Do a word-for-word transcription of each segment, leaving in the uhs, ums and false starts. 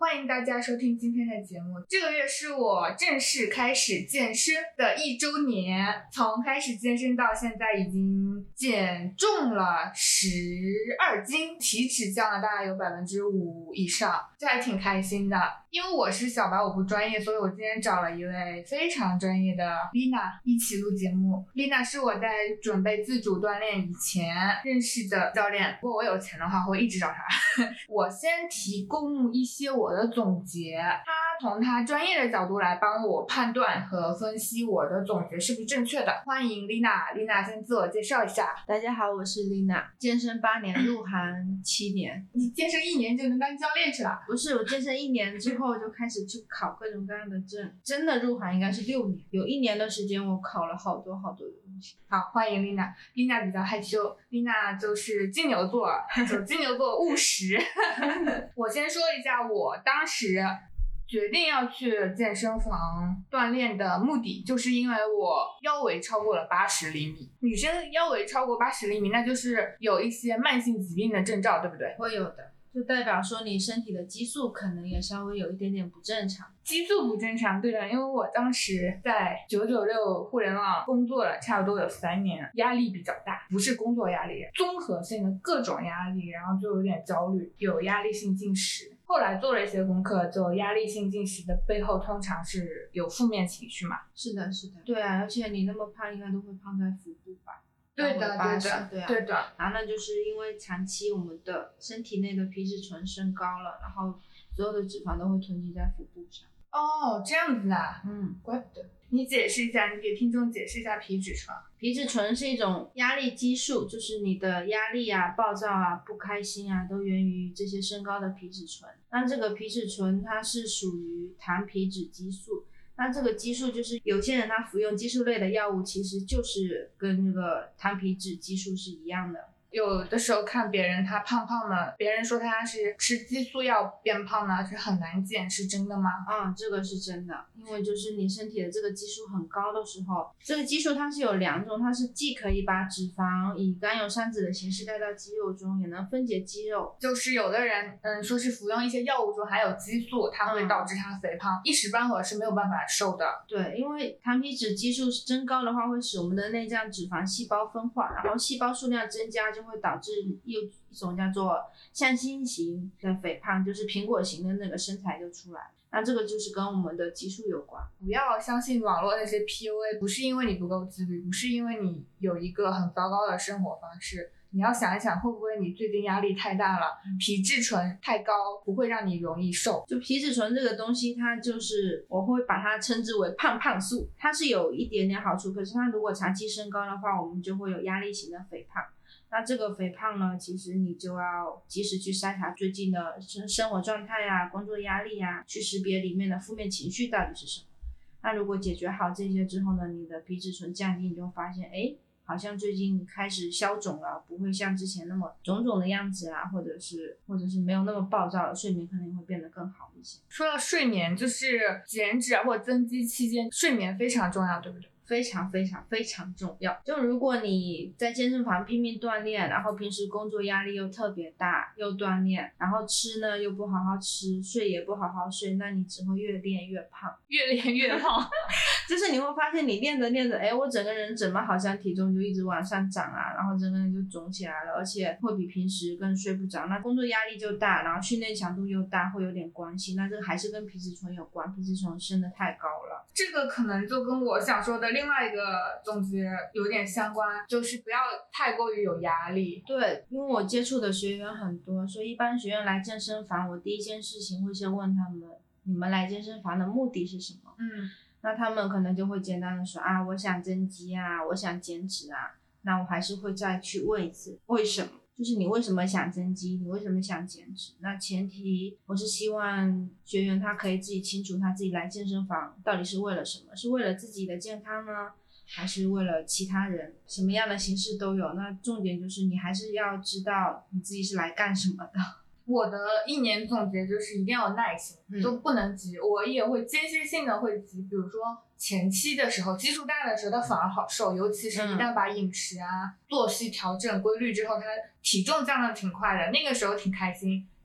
欢迎大家收听今天的节目。这个月是我正式开始健身的一周年，从开始健身到现在已经减重了十二斤，体脂降了大概有百分之五以上，这还挺开心的。因为我是小白，我不专业，所以我今天找了一位非常专业的 Lina 一起录节目。Lina 是我在准备自主锻炼以前认识的教练，如果我有钱的话会一直找他。我先提供一些我的总结，他从他专业的角度来帮我判断和分析我的总结是不是正确的。欢迎 Lina， Lina 先自我介绍一下。 大家好，我是 Lina， 健身八年，入行七年。 你健身一年就能当教练去了？ 不是，我健身一年之后就开始去考各种各样的证，真的入行应该是六年，有一年的时间我考了好多好多的东西。 好，欢迎 Lina。 Lina 比较害羞， Lina 就是金牛座，就金牛座务实。我先说一下我当时决定要去健身房锻炼的目的，就是因为我腰围超过了八十厘米。女生腰围超过八十厘米，那就是有一些慢性疾病的征兆，对不对？ 会有的，就代表说你身体的激素可能也稍微有一点点不正常。 激素不正常，对的，因为我当时在九九六互联网工作了差不多有三年，压力比较大，不是工作压力，综合性的各种压力，然后就有点焦虑，有压力性进食。后来做了一些功课，就压力性进食的背后通常是有负面情绪嘛。 是的，是的，对啊，而且你那么胖，应该都会胖在腹部吧？ 对的，对的， 对啊， 对的。 然后那就是因为长期我们的身体内的皮质醇升高了，然后所有的脂肪都会囤积在腹部上。 哦，这样子啊， 嗯， 怪不得。你解释一下，你给听众解释一下皮质醇。 皮质醇是一种压力激素，就是你的压力啊、暴躁啊、不开心啊，都源于这些升高的皮质醇。那这个皮质醇它是属于糖皮质激素，那这个激素就是有些人他服用激素类的药物，其实就是跟这个糖皮质激素是一样的。 有的时候看别人他胖胖的，别人说他是吃激素药变胖的，是很难减，是真的吗？ 嗯，这个是真的，因为就是你身体的这个激素很高的时候，这个激素它是有两种，它是既可以把脂肪以甘油三酯的形式带到肌肉中，也能分解肌肉。 就是有的人嗯说是服用一些药物中含有激素，它会导致他肥胖，嗯、一时半会儿是没有办法瘦的。 对，因为糖皮质激素增高的话，会使我们的内脏脂肪细胞分化，然后细胞数量增加，就会导致有一种叫做向心型的肥胖，就是苹果型的那个身材就出来。那这个就是跟我们的激素有关。 不要相信网络那些 P U A， 不是因为你不够自律，不是因为你有一个很糟糕的生活方式，你要想一想会不会你最近压力太大了，皮质醇太高不会让你容易瘦。 就皮质醇这个东西，它就是我会把它称之为胖胖素，它是有一点点好处，可是它如果长期升高的话，我们就会有压力型的肥胖。那这个肥胖呢，其实你就要及时去筛查最近的生活状态啊、工作压力啊，去识别里面的负面情绪到底是什么。那如果解决好这些之后呢，你的皮质醇降低，你就发现哎，好像最近开始消肿了，不会像之前那么肿肿的样子啊，或者是或者是没有那么暴躁了，睡眠可能会变得更好一些。 说到睡眠，就是减脂或增肌期间睡眠非常重要，对不对？ 非常非常非常重要。就如果你在健身房拼命锻炼，然后平时工作压力又特别大，又锻炼，然后吃呢又不好好吃，睡也不好好睡，那你只会越练越胖， 越练越胖。 就是你会发现你练着练着，哎，我整个人怎么好像体重就一直往上涨啊，然后整个人就肿起来了，而且会比平时更睡不着。那工作压力就大，然后训练强度又大，会有点关系。那这个还是跟皮质醇有关，皮质醇升得太高了。 这个可能就跟我想说的另外一个总结有点相关，就是不要太过于有压力。 对，因为我接触的学员很多，所以一般学员来健身房，我第一件事情会先问他们，你们来健身房的目的是什么？ 嗯， 那他们可能就会简单的说啊，我想增肌啊，我想减脂啊。那我还是会再去问一次，为什么？就是你为什么想增肌，你为什么想减脂？那前提我是希望学员他可以自己清楚他自己来健身房到底是为了什么，是为了自己的健康呢，还是为了其他人，什么样的形式都有。那重点就是你还是要知道你自己是来干什么的。 我的一年总结就是一定要有耐心，嗯、就不能急。我也会间歇性的会急，比如说前期的时候，基数大的时候，它反而好瘦，尤其是一旦把饮食啊、嗯、作息调整规律之后，它体重降得挺快的，那个时候挺开心。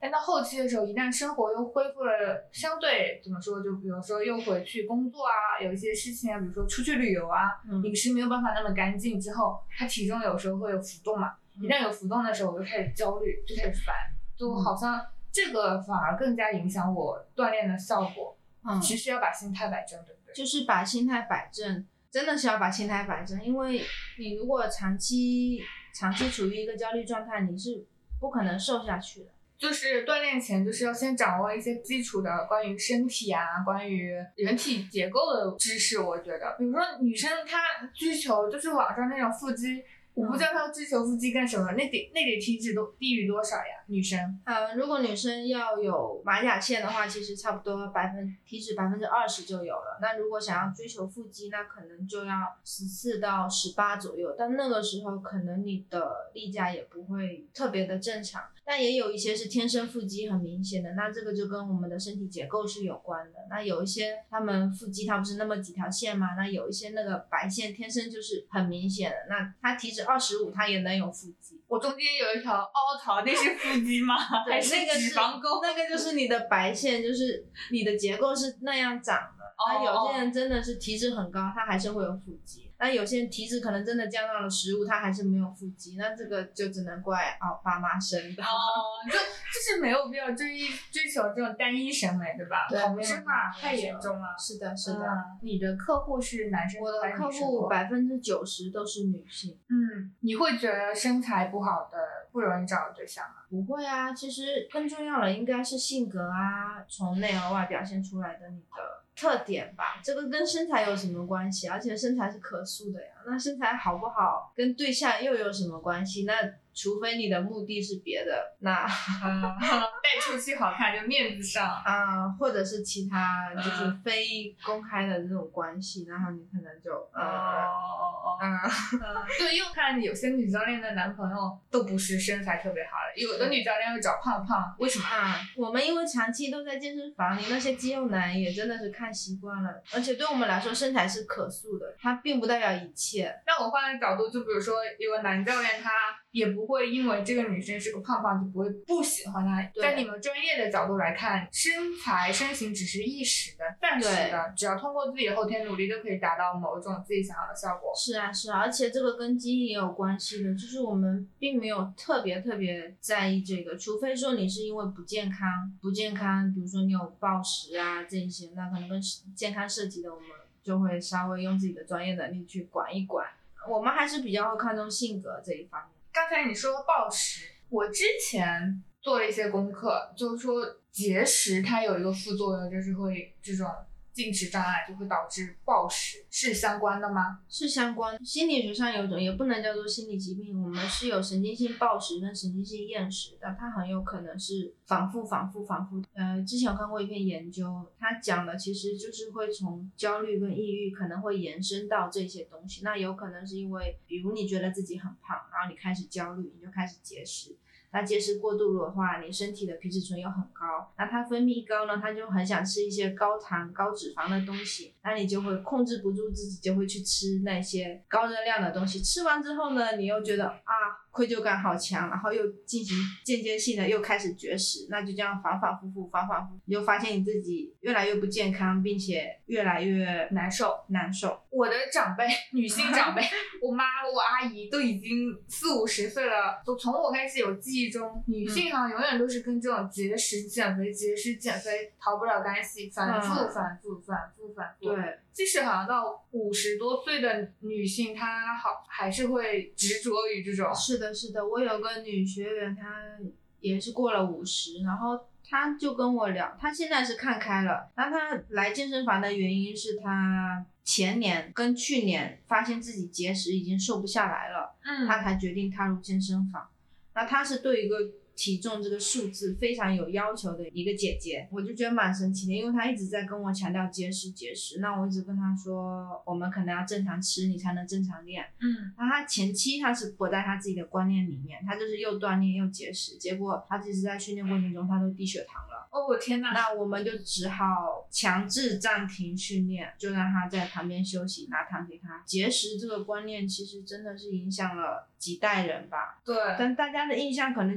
但到后期的时候，一旦生活又恢复了相对怎么说，就比如说又回去工作啊，有一些事情啊，比如说出去旅游啊， 嗯饮食没有办法那么干净之后，他体重有时候会有浮动嘛，一旦有浮动的时候，我就开始焦虑，就开始烦，就好像这个反而更加影响我锻炼的效果。 嗯， 其实要把心态摆正，对不对？ 就是把心态摆正，真的是要把心态摆正，因为你如果长期长期处于一个焦虑状态，你是不可能瘦下去的。 就是锻炼前，就是要先掌握一些基础的关于身体啊、关于人体结构的知识。我觉得，比如说女生她追求就是网上那种腹肌，我不知道她要追求腹肌干什么，那得那得体脂都低于多少呀？女生， 呃，如果女生要有马甲线的话，其实差不多百分体脂百分之二十就有了。那如果想要追求腹肌，那可能就要十四到十八左右。但那个时候可能你的例假也不会特别的正常。但也有一些是天生腹肌很明显的，那这个就跟我们的身体结构是有关的。那有一些他们腹肌它不是那么几条线嘛，那有一些那个白线天生就是很明显的，那他体脂二十五他也能有腹肌。 我中间有一条凹槽，那是腹肌吗？还是那个脂肪沟？ 那个就是你的白线，就是你的结构是那样长的。那有些人真的是体脂很高，他还是会有腹肌。那有些人体脂可能真的降到了十五，他还是没有腹肌。那这个就只能怪哦爸妈生的。 哦，就就是没有必要追追求这种单一审美，对吧？ 对， 同质化太严重了。 是的，是的。 嗯、你的客户是男生？ 我的客户百分之九十都是女性。 嗯，你会觉得身材不好的不容易找对象吗？ 不会啊，其实更重要的应该是性格啊，从内而外表现出来的你的特点吧，这个跟身材有什么关系？而且身材是可塑的呀，那身材好不好跟对象又有什么关系？那除非你的目的是别的，那带出去好看就面子上啊、呃，或者是其他就是非公开的这种关系，然后你可能就呃哦嗯对，因为看有些女教练的男朋友都不是身材特别好的，有的女教练会找胖胖，为什么啊？我们因为长期都在健身房里，那些肌肉男也真的是看习惯了，而且对我们来说身材是可塑的，它并不代表一切。 那我换个角度，就比如说有个男教练，他也不会因为这个女生是个胖胖就不会不喜欢她。在你们专业的角度来看，身材身形只是一时的、暂时的，只要通过自己的后天努力，就可以达到某一种自己想要的效果。 是啊，是啊，而且这个跟基因也有关系的，就是我们并没有特别特别在意这个，除非说你是因为不健康、不健康，比如说你有暴食啊这些，那可能跟健康涉及的，我们就会稍微用自己的专业能力去管一管。我们还是比较会看重性格这一方面。 刚才你说暴食，我之前做了一些功课，就是说节食它有一个副作用，就是会这种进食障碍就会导致暴食，是相关的吗？ 是相关。心理学上有一种也不能叫做心理疾病，我们是有神经性暴食跟神经性厌食，但它很有可能是反复反复反复。呃，之前有看过一篇研究，它讲的其实就是会从焦虑跟抑郁可能会延伸到这些东西。那有可能是因为比如你觉得自己很胖，然后你开始焦虑，你就开始节食。那节食过度的话，你身体的皮质醇又很高，那它分泌高呢，它就很想吃一些高糖高脂肪的东西，那你就会控制不住自己，就会去吃那些高热量的东西。吃完之后呢，你又觉得啊愧疚感好强，然后又进行间接性的又开始绝食，那就这样反反复复反反复复，你就发现你自己越来越不健康，并且越来越难受难受。 我的长辈，女性长辈我妈我阿姨都已经四五十岁了，都从我开始有记忆中，女性好像永远都是跟这种节食减肥节食减肥逃不了干系，反复、嗯、反复反复反复。 对， 即使好像到五十多岁的女性，她好还是会执着于这种。 是的是的，我有个女学员，她也是过了五十，然后她就跟我聊，她现在是看开了，那她来健身房的原因是她前年跟去年发现自己节食已经瘦不下来了， 嗯， 她才决定踏入健身房。那她是对一个体重这个数字非常有要求的一个姐姐，我就觉得蛮神奇的，因为她一直在跟我强调节食节食，那我一直跟她说我们可能要正常吃你才能正常练。 嗯， 那她前期她是活在她自己的观念里面，她就是又锻炼又节食，结果她其实在训练过程中她都低血糖了。 哦，我天哪！ 那我们就只好强制暂停训练，就让她在旁边休息，拿糖给她。节食这个观念其实真的是影响了几代人吧。 对， 但大家的印象可能就是说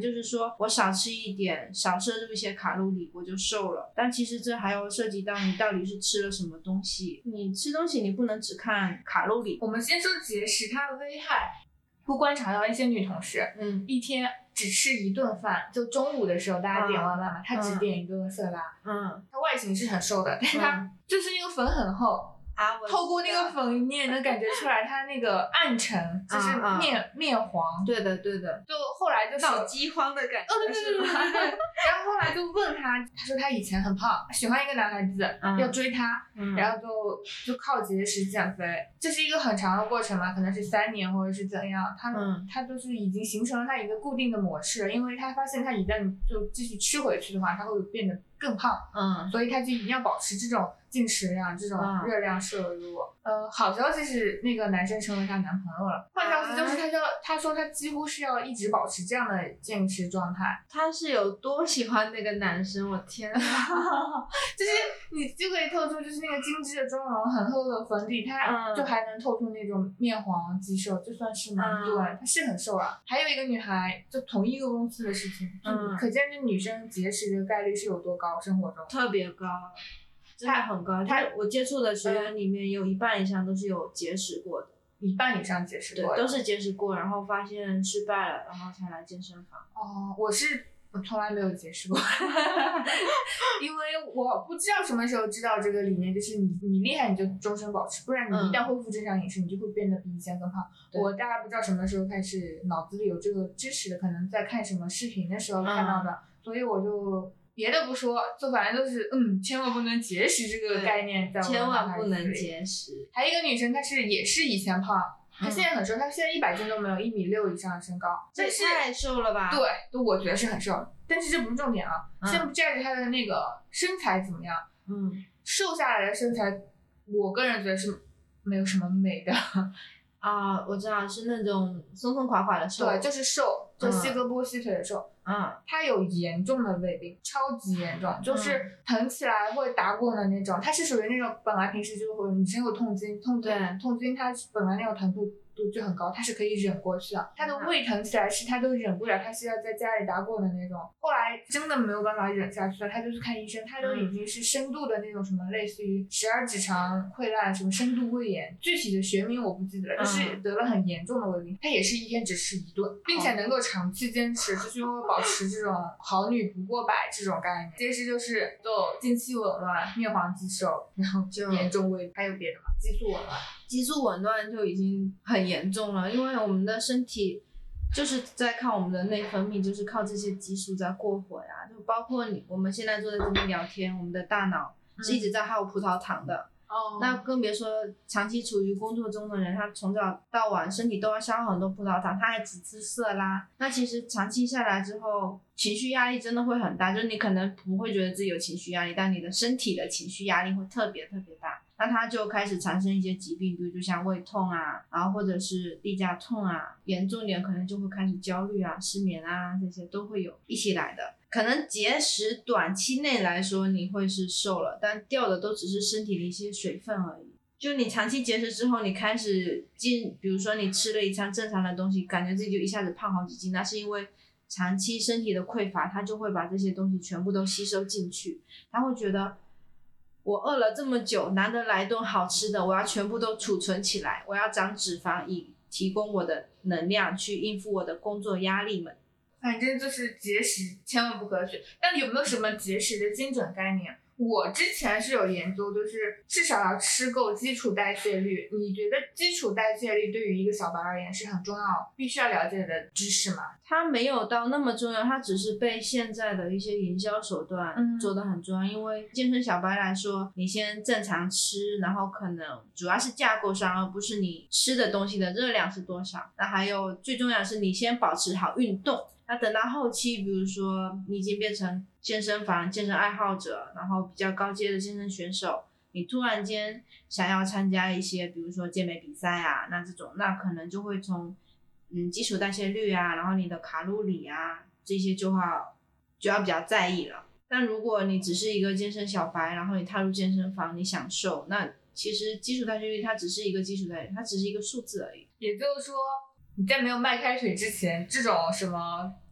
说我少吃一点，少摄入一些卡路里我就瘦了，但其实这还要涉及到你到底是吃了什么东西。你吃东西你不能只看卡路里。 我们先说节食它的危害。不观察到一些女同事， 嗯， 一天只吃一顿饭，就中午的时候大家点外卖嘛，她、嗯、只点一个色拉， 嗯， 她外形是很瘦的，但是她就是那个粉很厚。啊、透过那个粉你也能感觉出来它那个暗沉，就是面、啊、面黄。 对的对的， 就后来就是脑饥荒的感觉。 哦对对对对对。然后后来就问他，他说他以前很胖，喜欢一个男孩子、嗯、要追他、嗯、然后就就靠节食减肥，这是一个很长的过程嘛，可能是三年或者是怎样，他、嗯、他就是已经形成了他一个固定的模式，因为他发现他一旦就继续吃回去的话，他会变得更胖，嗯，所以他就一定要保持这种进食量，这种热量摄入。嗯、呃，好消息是那个男生成为她男朋友了，坏消息就是他就他说他几乎是要一直保持这样的进食状态。 他是有多喜欢那个男生？我天哪！ 就是你就可以透出就是那个精致的妆容，很厚的粉底，他就还能透出那种面黄肌瘦，就算是蛮对，他是很瘦了。还有一个女孩，就同一个公司的事情，嗯，可见这女生节食的概率是有多高，生活中特别高。真的很高，他我接触的学员里面有一半以上都是有节食过的， 一半以上节食过的， 对，都是节食过，然后发现失败了，然后才来健身房。 哦，我是我从来没有节食过，因为我不知道什么时候知道这个理念，就是你你厉害你就终身保持，不然你一旦恢复正常饮食，嗯、你就会变得比以前更胖。我大概不知道什么时候开始脑子里有这个知识的，可能在看什么视频的时候看到的，嗯、所以我就。别的不说，就反正都是嗯，千万不能节食这个概念在我千万不能节食。 还有一个女生，她是也是以前胖，她现在很瘦，她现在一百斤都没有，一米六以上的身高， 这太瘦了吧？ 对，都我觉得是很瘦，但是这不是重点啊，嗯、先不摘着她的那个身材怎么样， 嗯， 瘦下来的身材，我个人觉得是没有什么美的。 啊，我知道是那种松松垮垮的瘦， 对，就是瘦，就细胳膊细腿的瘦。 嗯， 他有严重的胃病，超级严重，就是疼起来会打滚的那种。他是属于那种本来平时就会女生有痛经，痛对痛经，他本来那种疼痛度就很高，他是可以忍过去的。他的胃疼起来是他都忍不了，他是要在家里打滚的那种。后来真的没有办法忍下去了，他就去看医生，他都已经是深度的那种什么类似于十二指肠溃烂，什么深度胃炎，具体的学名我不记得了，就是得了很严重的胃病。他也是一天只吃一顿，并且能够长期坚持，就是因为保持这种好女不过百这种概念。节食就是就经期紊乱、面黄肌瘦，然后就严重胃，还有别的吗？激素紊乱， 激素紊乱就已经很严重了，因为我们的身体就是在靠我们的内分泌，就是靠这些激素在过活呀。就包括你我们现在坐在这边聊天，我们的大脑是一直在耗葡萄糖的。嗯哦， 那更别说长期处于工作中的人，他从早到晚身体都要消耗很多葡萄糖，他还只吃色拉，那其实长期下来之后，情绪压力真的会很大。就是你可能不会觉得自己有情绪压力，但你的身体的情绪压力会特别特别大，那他就开始产生一些疾病，比如就像胃痛啊，然后或者是例假痛啊，严重点可能就会开始焦虑啊、失眠啊，这些都会有一起来的。可能节食短期内来说你会是瘦了，但掉的都只是身体的一些水分而已。就你长期节食之后，你开始进，比如说你吃了一餐正常的东西，感觉自己就一下子胖好几斤，那是因为长期身体的匮乏，它就会把这些东西全部都吸收进去，它会觉得我饿了这么久，难得来一顿好吃的，我要全部都储存起来，我要长脂肪以提供我的能量去应付我的工作压力们。 反正就是节食千万不可取，但有没有什么节食的精准概念？我之前是有研究，就是至少要吃够基础代谢率。你觉得基础代谢率对于一个小白而言是很重要必须要了解的知识吗？ 它没有到那么重要，它只是被现在的一些营销手段做得很重要、嗯、因为健身小白来说，你先正常吃，然后可能主要是架构上，而不是你吃的东西的热量是多少。那还有最重要的是你先保持好运动，那等到后期比如说你已经变成健身房健身爱好者，然后比较高阶的健身选手，你突然间想要参加一些比如说健美比赛啊，那这种那可能就会从嗯基础代谢率啊，然后你的卡路里啊这些就要就要比较在意了。但如果你只是一个健身小白，然后你踏入健身房你想瘦，那其实基础代谢率它只是一个基础代谢率，它只是一个数字而已。 也就是说你在没有迈开腿之前，这种什么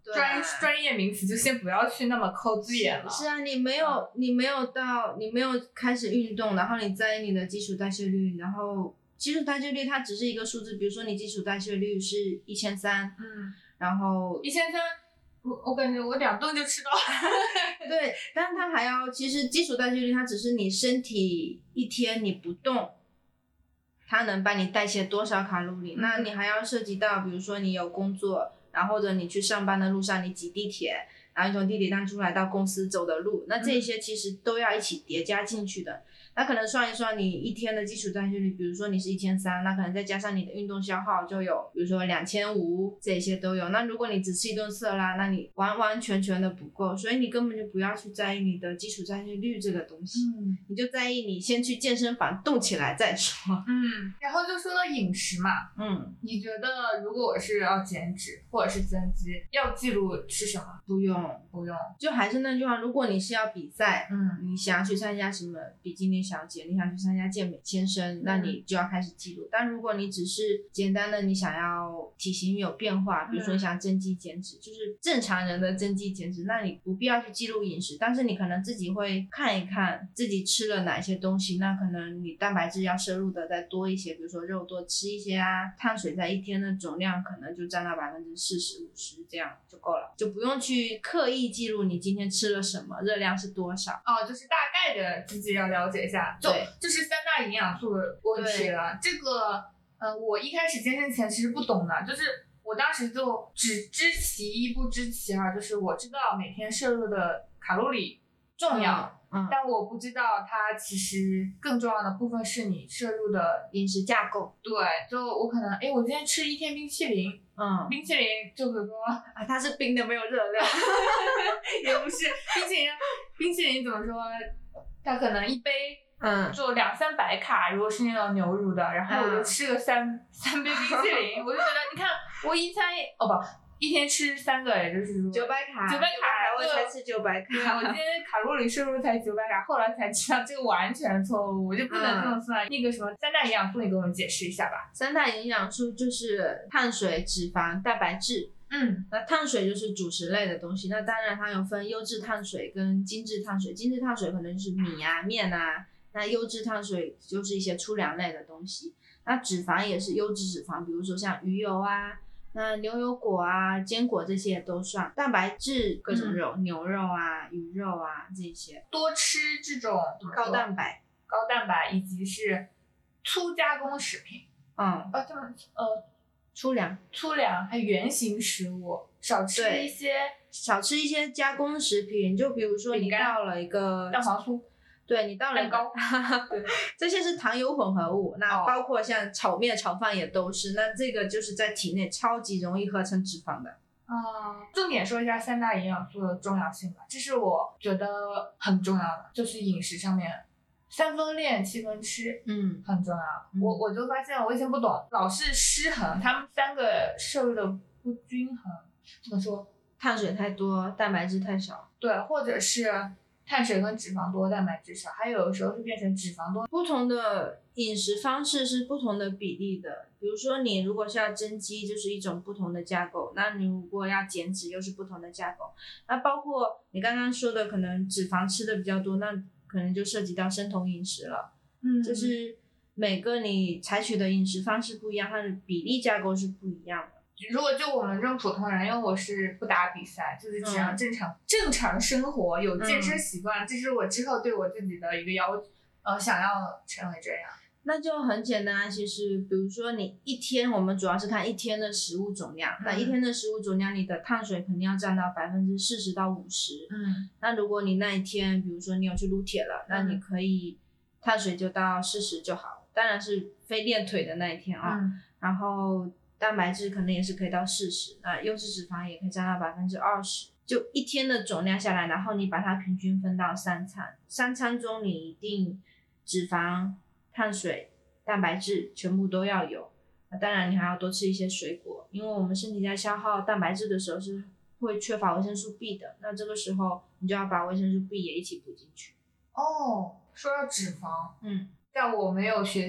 专专业名词就先不要去那么抠字眼了。 是啊，你没有、嗯、你没有到你没有开始运动，然后你在意你的基础代谢率，然后基础代谢率它只是一个数字，比如说你基础代谢率是一千三， 嗯， 然后一千三。我我感觉我两顿就吃到了。 对，但是它还要，其实基础代谢率它只是你身体一天你不动，它能帮你代谢多少卡路里。嗯、那你还要涉及到，比如说你有工作，然后或者你去上班的路上你挤地铁，然后你从地铁站出来到公司走的路，那这些其实都要一起叠加进去的。那可能算一算你一天的基础代谢率，比如说你是一千三，那可能再加上你的运动消耗就有，比如说两千五，这些都有。那如果你只吃一顿色拉，那你完完全全的不够，所以你根本就不要去在意你的基础代谢率这个东西，嗯，你就在意你先去健身房动起来再说。 嗯，然后就说到饮食嘛， 嗯， 你觉得如果我是要减脂或者是增肌，要记录吃什么？ 不用， 不用， 就还是那句话，如果你是要比赛， 嗯， 你想要去参加什么比基尼小姐，你想去参加健美健身，那你就要开始记录。嗯、但如果你只是简单的你想要体型有变化，比如说你想增肌减脂，嗯、就是正常人的增肌减脂，那你不必要去记录饮食，但是你可能自己会看一看自己吃了哪些东西，那可能你蛋白质要摄入的再多一些，比如说肉多吃一些啊，碳水在一天的总量可能就占到百分之四十五十，这样就够了，就不用去刻意记录你今天吃了什么，热量是多少。 哦，就是大概的自己要了解一下，就就是三大营养素的问题了。这个，呃，我一开始健身前其实不懂的，就是我当时就只知其一不知其二，就是我知道每天摄入的卡路里重要， 嗯嗯、 但我不知道它其实更重要的部分是你摄入的饮食架构。 对，就我可能，哎，我今天吃一天冰淇淋， 嗯， 冰淇淋就比如说啊，它是冰的，没有热量， 也不是冰淇淋，冰淇淋怎么说？它可能一杯。 嗯， 就两三百卡，如果是那种牛乳的，然后我就吃个三、嗯、三杯冰淇淋，我就觉得，你看我一餐哦不，一天吃三个，也就是说九百卡， 九百卡， 我才吃九百卡， 对，我今天卡路里摄入才九百卡，后来才知道这个完全错误，我就不能这么算。嗯、那个什么三大营养素，你给我们解释一下吧。 三大营养素就是碳水、脂肪、蛋白质。 嗯， 那碳水就是主食类的东西，那当然它有分优质碳水跟精致碳水，精致碳水可能就是米啊、面啊。那优质碳水就是一些粗粮类的东西，那脂肪也是优质脂肪，比如说像鱼油啊，那牛油果啊、坚果这些都算。蛋白质各种肉，嗯、牛肉啊、鱼肉啊这些， 多吃这种高蛋白、 高蛋白以及是粗加工食品， 嗯， 呃，这么呃粗粮、 粗粮还有原型食物，少吃一些， 少吃一些加工食品，就比如说你到了一个蛋黄酥。 对，你到了蛋糕， 对，这些是糖油混合物，那包括像炒面、炒饭也都是，那这个就是在体内超级容易合成脂肪的。 啊，重点说一下三大营养素的重要性吧，这是我觉得很重要的，就是饮食上面三分练七分吃， 嗯， 很重要。嗯、我我就发现我以前不懂，老是失衡，他们三个摄入的不均衡，怎么说？ 碳水太多，蛋白质太少， 对，或者是。碳水跟脂肪多，蛋白质少，还有的时候是变成脂肪多。 不同的饮食方式是不同的比例的，比如说你如果是要增肌，就是一种不同的架构，那你如果要减脂又是不同的架构。那包括你刚刚说的可能脂肪吃的比较多，那可能就涉及到生酮饮食了。 嗯， 就是每个你采取的饮食方式不一样，它的比例架构是不一样的。 如果就我们这种普通人，因为我是不打比赛，就是只要正常、嗯、正常生活，有健身习惯、嗯，这是我之后对我自己的一个要求，呃，想要成为这样。 那就很简单，其实比如说你一天，我们主要是看一天的食物总量，嗯、那一天的食物总量，你的碳水肯定要占到百分之四十到五十。 嗯， 那如果你那一天，比如说你有去撸铁了，嗯、那你可以碳水就到四十就好，当然是非练腿的那一天啊、哦嗯， 然后。蛋白质可能也是可以到四十，那优质脂肪也可以占到百分之二十，就一天的总量下来，然后你把它平均分到三餐，三餐中你一定脂肪、碳水、蛋白质全部都要有，那当然你还要多吃一些水果，因为我们身体在消耗蛋白质的时候是会缺乏维生素 B 的，那这个时候你就要把维生素 B 也一起补进去。 哦，说到脂肪， 嗯， 在我没有学习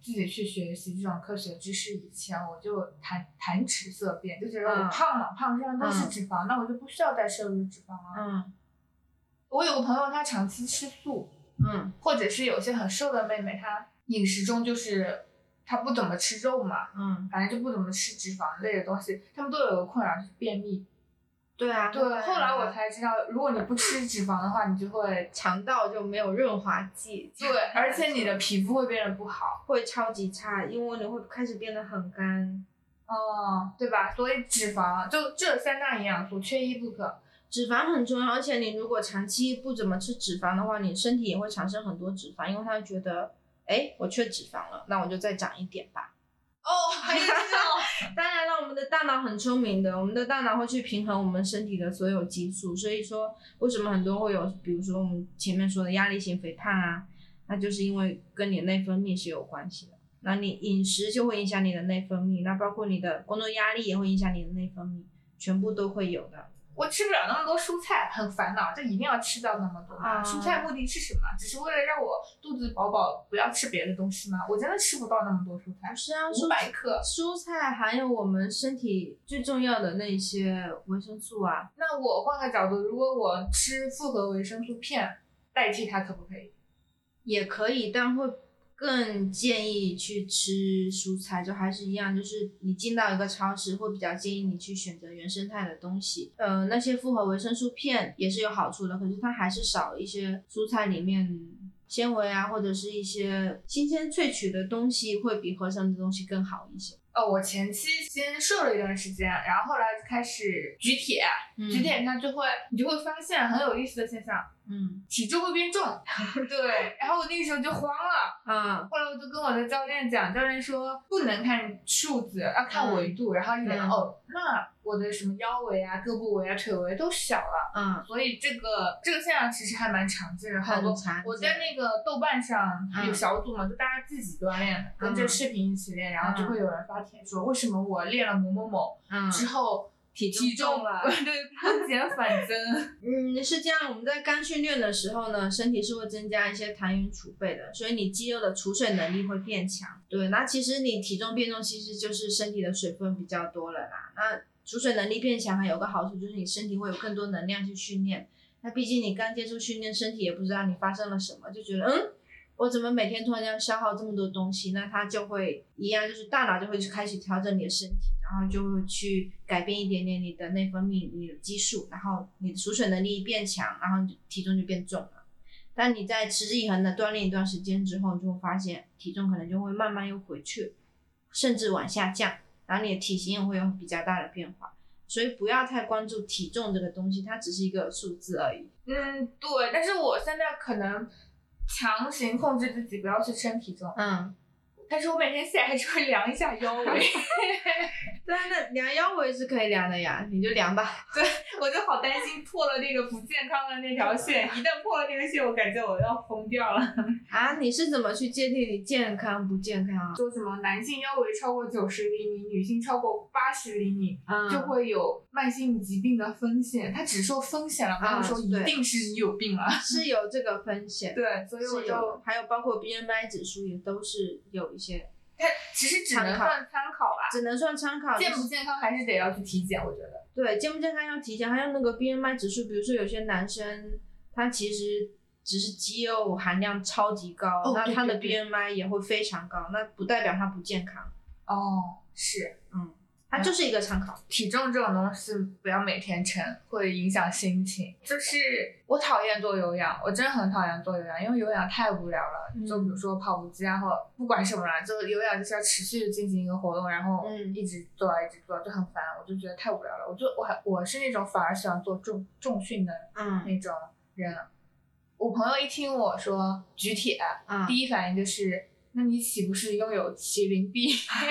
自己去学习这种科学知识以前，我就谈谈齿色变，就觉得我胖嘛，嗯、胖身上都是脂肪、嗯，那我就不需要再摄入脂肪了。 嗯， 我有个朋友，他长期吃素， 嗯， 或者是有些很瘦的妹妹，她饮食中就是她不怎么吃肉嘛， 嗯， 反正就不怎么吃脂肪类的东西，她们都有个困扰就是便秘。 对啊， 对，后来我才知道，如果你不吃脂肪的话，你就会肠道就没有润滑剂。 对，而且你的皮肤会变得不好， 会超级差，因为你会开始变得很干。 哦，对吧？所以脂肪就这三大营养素缺一不可。 脂肪很重要，而且你如果长期不怎么吃脂肪的话，你身体也会产生很多脂肪，因为它会觉得，哎，我缺脂肪了，那我就再长一点吧。 哦，还有这种。 当然了，我们的大脑很聪明的，我们的大脑会去平衡我们身体的所有激素，所以说为什么很多会有，比如说我们前面说的压力型肥胖啊，那就是因为跟你的内分泌是有关系的。那你饮食就会影响你的内分泌，那包括你的工作压力也会影响你的内分泌，全部都会有的。 我吃不了那么多蔬菜，很烦恼，就一定要吃到那么多吗？啊、蔬菜目的是什么？只是为了让我肚子饱饱，不要吃别的东西吗？我真的吃不到那么多蔬菜。 不是啊， 五百克蔬菜含有我们身体最重要的那些维生素啊。 那我换个角度，如果我吃复合维生素片代替它，可不可以？ 也可以，但会更建议去吃蔬菜，就还是一样，就是你进到一个超市，会比较建议你去选择原生态的东西。呃，那些复合维生素片也是有好处的，可是它还是少一些蔬菜里面纤维啊，或者是一些新鲜萃取的东西，会比合成的东西更好一些。 哦，我前期先瘦了一段时间，然后后来就开始举铁，嗯、举铁它就会，你就会发现很有意思的现象， 嗯， 体重会变重，对，然后我那个时候就慌了， 嗯， 后来我就跟我的教练讲，教练说不能看数字，要看维度，嗯、然后一量、嗯、哦，那我的什么腰围啊、胳膊围啊、腿围都小了， 嗯， 所以这个这个现象其实还蛮常见的，好多我在那个豆瓣上有小组嘛，嗯、就大家自己锻炼，嗯、跟着视频一起练，然后就会有人发帖说为什么我练了某某某、嗯、之后体重了， 对，不减反增。 嗯，是这样。我们在刚训练的时候呢，身体是会增加一些糖原储备的，所以你肌肉的储水能力会变强。对，那其实你体重变重，其实就是身体的水分比较多了啦。那储水能力变强还有个好处，就是你身体会有更多能量去训练。那毕竟你刚接触训练，身体也不知道你发生了什么，就觉得嗯。我怎么每天突然间消耗这么多东西？那它就会一样，就是大脑就会开始调整你的身体，然后就会去改变一点点你的内分泌、你的激素，然后你的储水能力变强，然后体重就变重了。但你在持之以恒的锻炼一段时间之后，你就会发现体重可能就会慢慢又回去，甚至往下降，然后你的体型也会有比较大的变化。所以不要太关注体重这个东西，它只是一个数字而已。 嗯，对。但是我现在可能强行控制自己不要去称体重， 嗯， 但是我每天起来还是会量一下腰围。 对啊，那量腰围是可以量的呀，你就量吧。 对，我就好担心破了那个不健康的那条线，一旦破了那个线，我感觉我要疯掉了。 啊，你是怎么去界定你健康不健康啊？ 说什么男性腰围超过九十厘米，女性超过八十厘米， 嗯， 就会有慢性疾病的风险。他只说风险了，没有说一定是你有病了。 是有这个风险。 对，所以我就还有包括 B M I 指数也都是有一些。 它其实只能算参考吧， 只能算参考。 健不健康还是得要去体检，我觉得。 对，健不健康要体检，还有那个 B M I 指数，比如说有些男生他其实只是肌肉含量超级高， 哦、 那他的对对对 B M I 也会非常高，那不代表他不健康。 哦，是， 嗯。它就是一个参考。 体重这种东西不要每天称，会影响心情。就是我讨厌做有氧，我真的很讨厌做有氧，因为有氧太无聊了。嗯、就比如说跑步机啊，或不管什么啦，就有氧就是要持续的进行一个活动，然后一直做啊，一直做，就很烦。我就觉得太无聊了。我就我还我是那种反而喜欢做重重训的那种人。嗯、我朋友一听我说举铁，嗯、第一反应就是。那你岂不是拥有麒麟臂？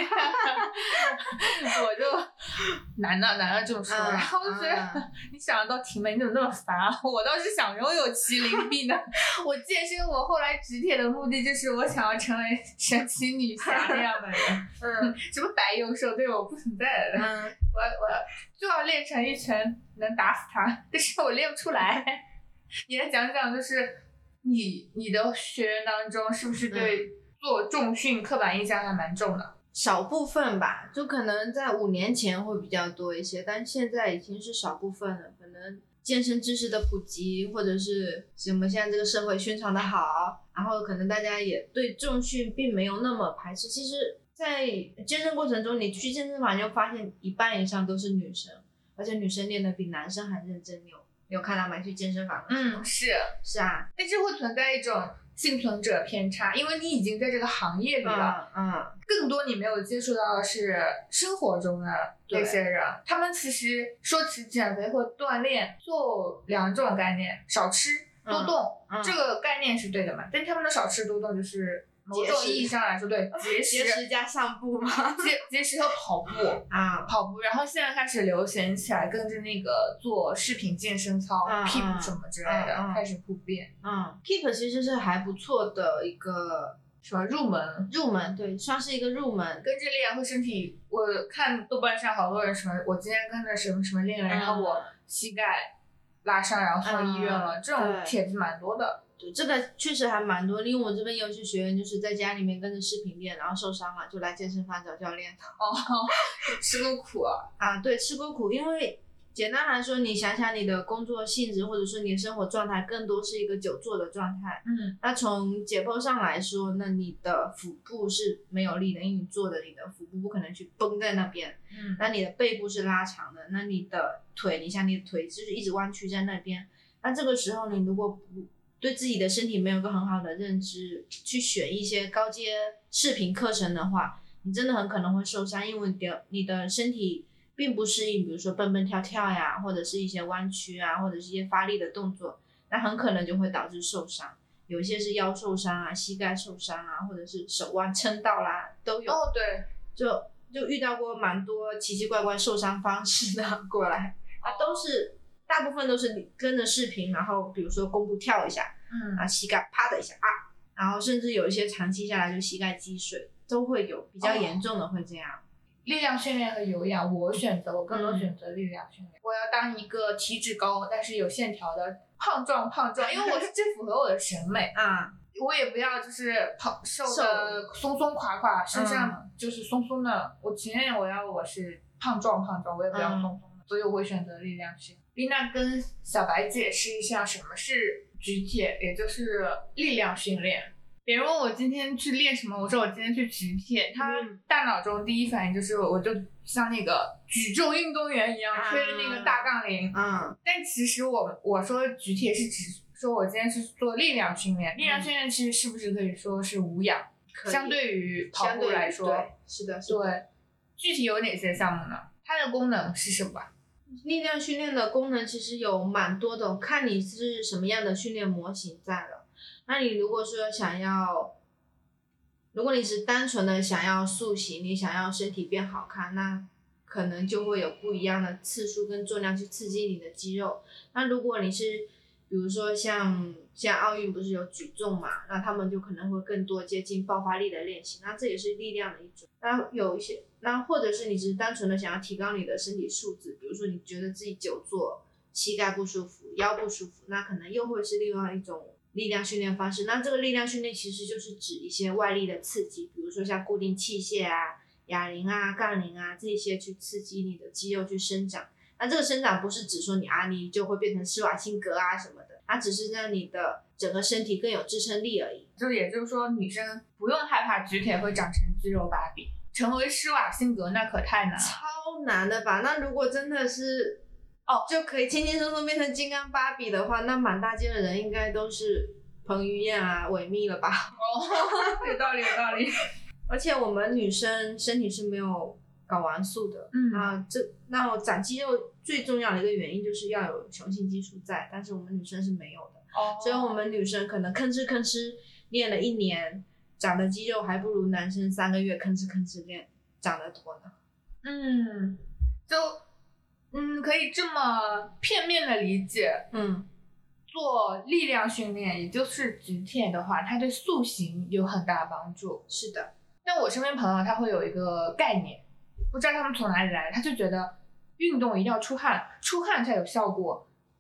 我就男的男的这么说，嗯、然后我就觉得、嗯、你想得到挺美，你怎么那么烦啊？我倒是想拥有麒麟臂呢。我健身，我后来举铁的目的就是我想要成为神奇女侠那样的人。嗯，什么白幼瘦对我不存在的。嗯，我我就要练成一拳能打死他，但是我练不出来。你来讲讲，就是你你的学员当中是不是对、嗯？ 做重训刻板印象还蛮重的。 少部分吧，就可能在五年前会比较多一些，但现在已经是少部分了。可能健身知识的普及，或者是什么现在这个社会宣传的好，然后可能大家也对重训并没有那么排斥。其实在健身过程中，你去健身房就发现一半以上都是女生，而且女生练的比男生还认真。你有你有看到吗？去健身房的时候？ 嗯，是是啊， 但是会存在一种幸存者偏差，因为你已经在这个行业里了， 嗯嗯， 更多你没有接触到的是生活中的那些人，他们其实说起减肥和锻炼就两种概念，少吃多动、 嗯嗯、 这个概念是对的嘛，但他们的少吃多动就是某种意义上来说，对节食、 节食加散步吗？ 节节食和跑步啊， 跑步，然后现在开始流行起来，跟着那个做视频健身操、 嗯、 Keep 什么之类的、 嗯、 开始普遍。 嗯 ，Keep 其实是还不错的一个什么入门？ 入门对，算是一个入门。 跟着练会身体，我看豆瓣上好多人什么，我今天跟着什么什么练了， 嗯、 然后我膝盖拉伤，然后送医院了， 嗯、 这种帖子蛮多的。 对，这个确实还蛮多，因为我这边有些学员就是在家里面跟着视频练，然后受伤了，就来健身房找教练。 哦，吃过苦啊！ 啊，对，吃过苦，因为简单来说，你想想你的工作性质或者是你的生活状态，更多是一个久坐的状态。 嗯， 那从解剖上来说，那你的腹部是没有力的，因为你坐的，你的腹部不可能去绷在那边。 嗯， 那你的背部是拉长的，那你的腿，你想你的腿就是一直弯曲在那边。那这个时候，你如果不对自己的身体没有个很好的认知，去选一些高阶视频课程的话，你真的很可能会受伤，因为你的你的身体并不适应，比如说蹦蹦跳跳呀，或者是一些弯曲啊，或者是一些发力的动作，那很可能就会导致受伤。有一些是腰受伤啊，膝盖受伤啊，或者是手腕撑到啦，都有。 哦，对， 就就遇到过蛮多奇奇怪怪受伤方式的过来，啊，都是。大部分都是你跟着视频，然后比如说弓步跳一下， 嗯， 啊膝盖啪的一下啊，然后甚至有一些长期下来就膝盖积水都会有，比较严重的会这样。哦、 力量训练和有氧，我选择我更多选择力量训练。嗯、我要当一个体脂高但是有线条的胖壮胖壮，因为我是这符合我的审美啊。我也不要就是胖瘦的松松垮垮，身上就是松松的。嗯、我前面我要我是胖壮胖壮，我也不要松松的，嗯、所以我会选择力量训练。丽娜跟小白解释一下什么是举铁，也就是力量训练。别人问我今天去练什么，我说我今天去举铁，他大脑中第一反应就是我就像那个举重运动员一样推着那个大杠铃。 嗯， 但其实我我说举铁是指说我今天是做力量训练，力量训练其实是不是可以说是无氧？相对于跑步来说， 对，是的，是的。 对，具体有哪些项目呢？它的功能是什么？ 力量训练的功能其实有蛮多的，看你是什么样的训练模型在了。那你如果说想要，如果你是单纯的想要塑形，你想要身体变好看，那可能就会有不一样的次数跟重量去刺激你的肌肉。那如果你是比如说像像奥运不是有举重嘛，那他们就可能会更多接近爆发力的练习，那这也是力量的一种。那有一些，那或者是你只是单纯的想要提高你的身体素质，比如说你觉得自己久坐膝盖不舒服腰不舒服，那可能又会是另外一种力量训练方式。那这个力量训练其实就是指一些外力的刺激，比如说像固定器械啊、哑铃啊、杠铃啊这些去刺激你的肌肉去生长。那这个生长不是指说你啊你就会变成施瓦辛格啊什么的，它只是让你的整个身体更有支撑力而已。 就也就是说女生不用害怕举铁会长成肌肉芭比，成为施瓦辛格那可太难了， 超难的吧。那如果真的是哦就可以轻轻松松变成金刚芭比的话，那满大街的人应该都是彭于晏啊维密了吧。 哦，有道理有道理。 而且我们女生身体是没有睾丸素的， 嗯， 那这那我长肌肉最重要的一个原因就是要有雄性激素在，但是我们女生是没有的， 哦， 所以我们女生可能吭哧吭哧练了一年，长的肌肉还不如男生三个月吭哧吭哧练长得多呢。 嗯，就嗯可以这么片面的理解， 嗯， 做力量训练也就是举铁的话，它对塑形有很大帮助。 是的， 但我身边朋友他会有一个概念，不知道他们从哪里来，他就觉得运动一定要出汗，出汗才有效果。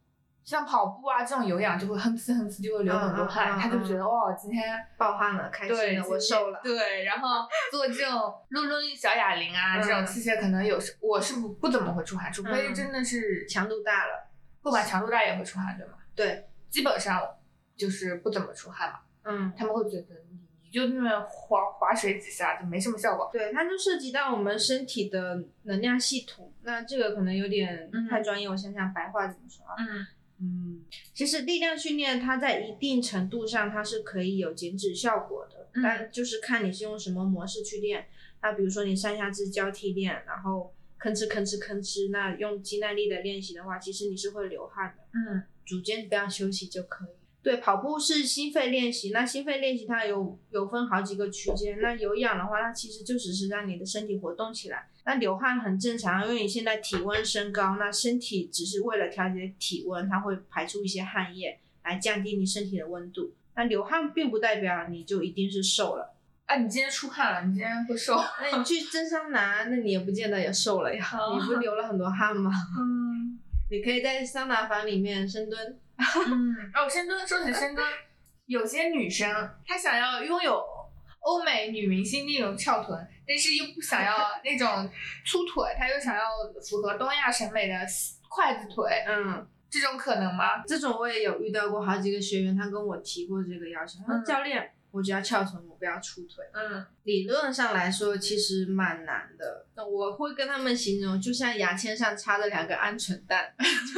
像跑步啊这种有氧就会哼哧哼哧就会流很多汗， 嗯嗯嗯嗯他就觉得哇今天爆汗了，开心对了，我瘦了。 对，然后做这种撸撸小哑铃啊、 嗯、 这种器械，可能有时我是不不怎么会出汗，除非真的是、 嗯、强度大了， 不管强度大也会出汗，对吗？ 对， 基本上就是不怎么出汗嘛。 嗯， 他们会觉得你就那么划划水几下就没什么效果。 对，它就涉及到我们身体的能量系统，那这个可能有点太专业，嗯、我想想白话怎么说啊？ 嗯嗯，其实力量训练它在一定程度上它是可以有减脂效果的， 嗯、 但就是看你是用什么模式去练。那比如说你上下肢交替练，然后吭哧吭哧吭哧，那用肌耐力的练习的话，其实你是会流汗的。 嗯， 组间不要休息就可以。对，跑步是心肺练习，那心肺练习它有有分好几个区间。那有氧的话，它其实就只是让你的身体活动起来。那流汗很正常，因为你现在体温升高，那身体只是为了调节体温，它会排出一些汗液来降低你身体的温度。那流汗并不代表你就一定是瘦了。 啊，你今天出汗了，你今天会瘦？ 那你去蒸桑拿，那你也不见得也瘦了呀。你不流了很多汗吗？ 嗯， 你可以在桑拿房里面深蹲。 嗯，哦，深蹲，说起深蹲，有些女生她想要拥有欧美女明星那种翘臀，但是又不想要那种粗腿，她又想要符合东亚审美的筷子腿， 嗯， 这种可能吗？ 这种我也有遇到过好几个学员，他跟我提过这个要求，他说、嗯、教练，我只要翘臀，我不要粗腿。 嗯， 理论上来说其实蛮难的，那我会跟他们形容就像牙签上插着两个鹌鹑蛋。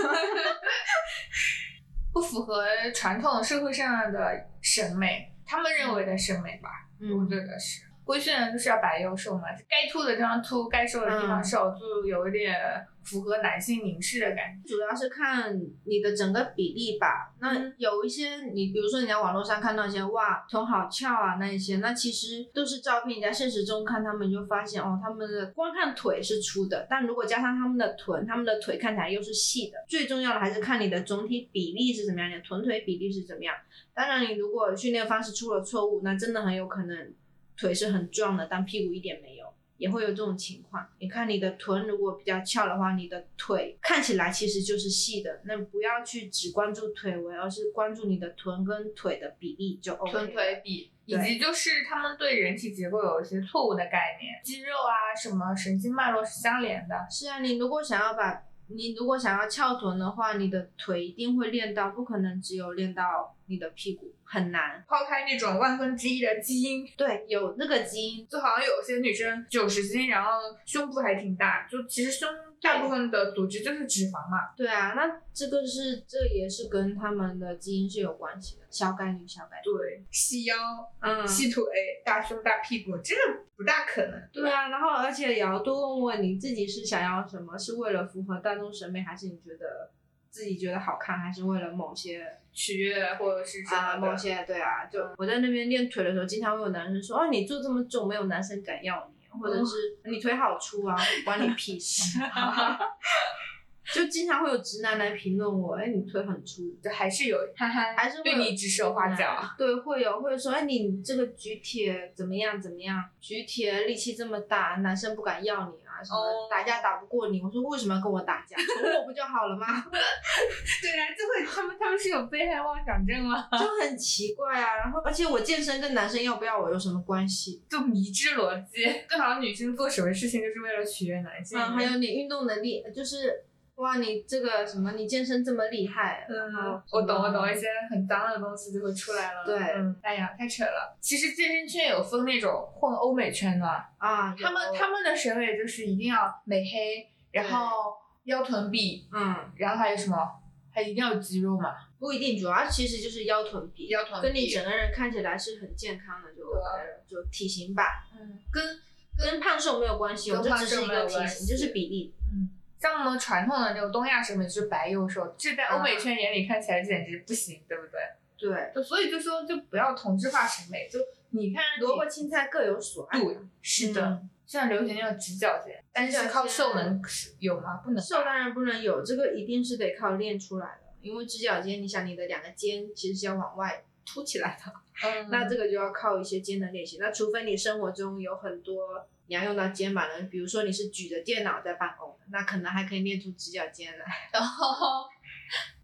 不符合传统社会上的审美，他们认为的审美吧，嗯、我觉得是。规训人就是要白幼瘦嘛，该凸的地方凸，该瘦的地方瘦，嗯、就有一点符合男性凝视的感觉。 主要是看你的整个比例吧。那有一些你，比如说你在网络上看到一些哇臀好翘啊那一些，那其实都是照片，你在现实中看他们就发现哦，他们的光看腿是粗的，但如果加上他们的臀，他们的腿看起来又是细的。最重要的还是看你的总体比例是怎么样，你的臀腿比例是怎么样。当然，你如果训练方式出了错误，那真的很有可能腿是很壮的，但屁股一点没有，也会有这种情况。你看你的臀如果比较翘的话，你的腿看起来其实就是细的，那不要去只关注腿围，而是关注你的臀跟腿的比例就 OK 了。 臀腿比，以及就是他们对人体结构有一些错误的概念，肌肉啊什么神经脉络是相连的。 是啊，你如果想要把你如果想要翘臀的话，你的腿一定会练到，不可能只有练到你的屁股，很难。 抛开那种万分之一的基因， 对，有那个基因， 就好像有些女生九十斤，然后胸部还挺大，就其实胸大部分的组织就是脂肪嘛。 对啊，那这个是这也是跟他们的基因是有关系的，小概率，小概率。 对，细腰， 嗯， 细腿，大胸大屁股，这个不大可能。 对啊，然后而且也要多问问你自己是想要什么，是为了符合大众审美，还是你觉得自己觉得好看，还是为了某些取悦或者是什么啊某些对啊，就我在那边练腿的时候，经常会有男生说，哦，你做这么重，没有男生敢要你，或者是、哦、你腿好粗啊，关你屁事。就经常会有直男来评论我，哎，你腿很粗， 就还是有，哈哈， 还是对你指手画脚。 对，会有，会说，哎，你这个举铁怎么样怎么样？举铁力气这么大，男生不敢要你啊，什么、oh. 打架打不过你。我说为什么要跟我打架？宠我不就好了吗？ 对啊，就会他们他们是有被害妄想症吗？ 就很奇怪啊。然后，而且我健身跟男生要不要我有什么关系？ 就迷之逻辑，就好像女生做什么事情就是为了取悦男性。 嗯，还有你运动能力，就是。哇，你这个什么，你健身这么厉害， 嗯，我懂我懂，一些很脏的东西就会出来了。 对， 嗯，哎呀，太扯了。其实健身圈有分那种混欧美圈的啊， 他们他们的审美就是一定要美黑，然后腰臀比， 嗯， 然后还有什么，还一定要有肌肉嘛？ 不一定，主要其实就是腰臀比， 腰臀比， 跟你整个人看起来是很健康的就 OK 了，就体型吧， 嗯，跟跟胖瘦没有关系，我这只是一个体型，就是比例， 嗯。像我们传统的那种东亚审美就是白幼瘦，这在欧美圈眼里看起来简直不行，嗯、对不对？ 对， 就所以就说就不要同质化审美，就你看萝卜青菜各有所爱。 对，是的。嗯、现在流行那种直角肩，但是靠瘦能有吗？不能。 瘦当然不能有，这个一定是得靠练出来的。因为直角肩，你想你的两个肩其实是要往外凸起来的，嗯、那这个就要靠一些肩的练习。那除非你生活中有很多。你要用到肩膀的，比如说你是举着电脑在办公的，那可能还可以练出直角肩来。 然后，